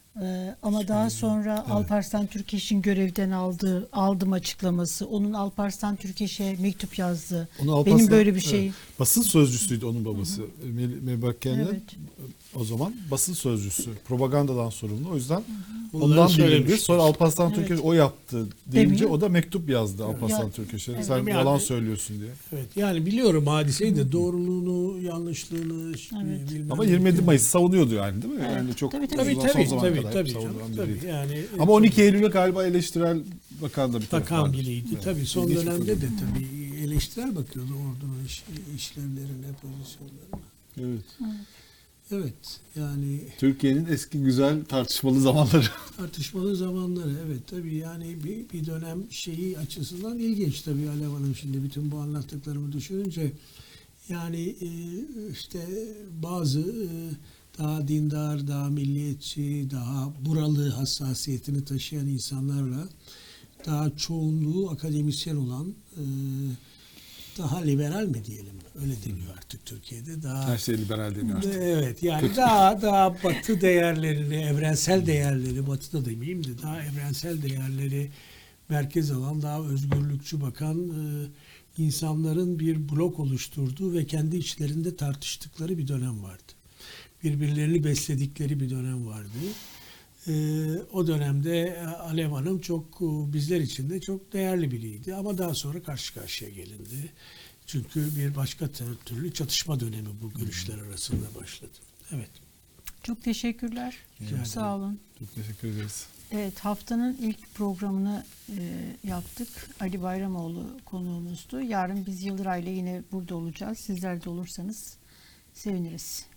Ee, ama daha sonra evet. Alparslan Türkeş'in görevden aldığı aldım açıklaması, onun Alparslan Türkeş'e mektup yazdı. Onu Alparslan- Benim böyle bir şey. evet, basın sözcüsüydü onun babası. Mel- Mebak Kenden Evet. o zaman basın sözcüsü. Propagandadan sorumlu. O yüzden Bunları ondan bilindi. söylemiştir. Sonra Alparslan Evet. Türkeş o yaptı deyince Demiyor. o da mektup yazdı Alparslan Ya- Türkeş'e. Evet. Sen Yani- yalan söylüyorsun diye. Evet, yani biliyorum hadiseyi de doğruluğunu, yanlışlığını Evet. bilmem Ama ne. yirmi yedi Mayıs savunuyordu yani değil mi? Evet. Yani çok Tabii, tabii. Tabii son tabii zamana tabii kadar tabii, savunulan canım, biriydi. tabii yani Ama on iki Eylül'e galiba eleştirel bakan da bir taraf bakan vardı. biriydi. Evet. Tabii son İlginç bir dönemde de figür. tabii eleştirel bakıyordu ordunun iş, işlevlerine, pozisyonlarına. Evet. Evet, yani Türkiye'nin eski güzel tartışmalı zamanları. tartışmalı zamanları, evet tabii yani bir, bir dönem şeyi açısından ilginç tabii Alev Hanım, şimdi bütün bu anlattıklarımı düşününce yani e, işte bazı e, daha dindar, daha milliyetçi, daha buralı hassasiyetini taşıyan insanlarla daha çoğunluğu akademisyen olan e, daha liberal mi diyelim, öyle deniyor artık Türkiye'de, daha Her şey liberal deniyor artık. evet yani daha daha batı değerlerini, evrensel değerleri, batıda demeyeyim de daha evrensel değerleri merkez alan, daha özgürlükçü bakan e, insanların bir blok oluşturduğu ve kendi içlerinde tartıştıkları bir dönem vardı. Birbirlerini besledikleri bir dönem vardı. E, o dönemde Alev Hanım çok e, bizler için de çok değerli biriydi ama daha sonra karşı karşıya gelindi. Çünkü bir başka türlü çatışma dönemi bu görüşler arasında başladı. Evet. Çok teşekkürler. Rica Çok ederim. sağ olun. Çok teşekkür ederiz. Evet, haftanın ilk programını e, yaptık. Ali Bayramoğlu konuğumuzdu. Yarın biz Yıldıray'la yine burada olacağız. Sizler de olursanız seviniriz.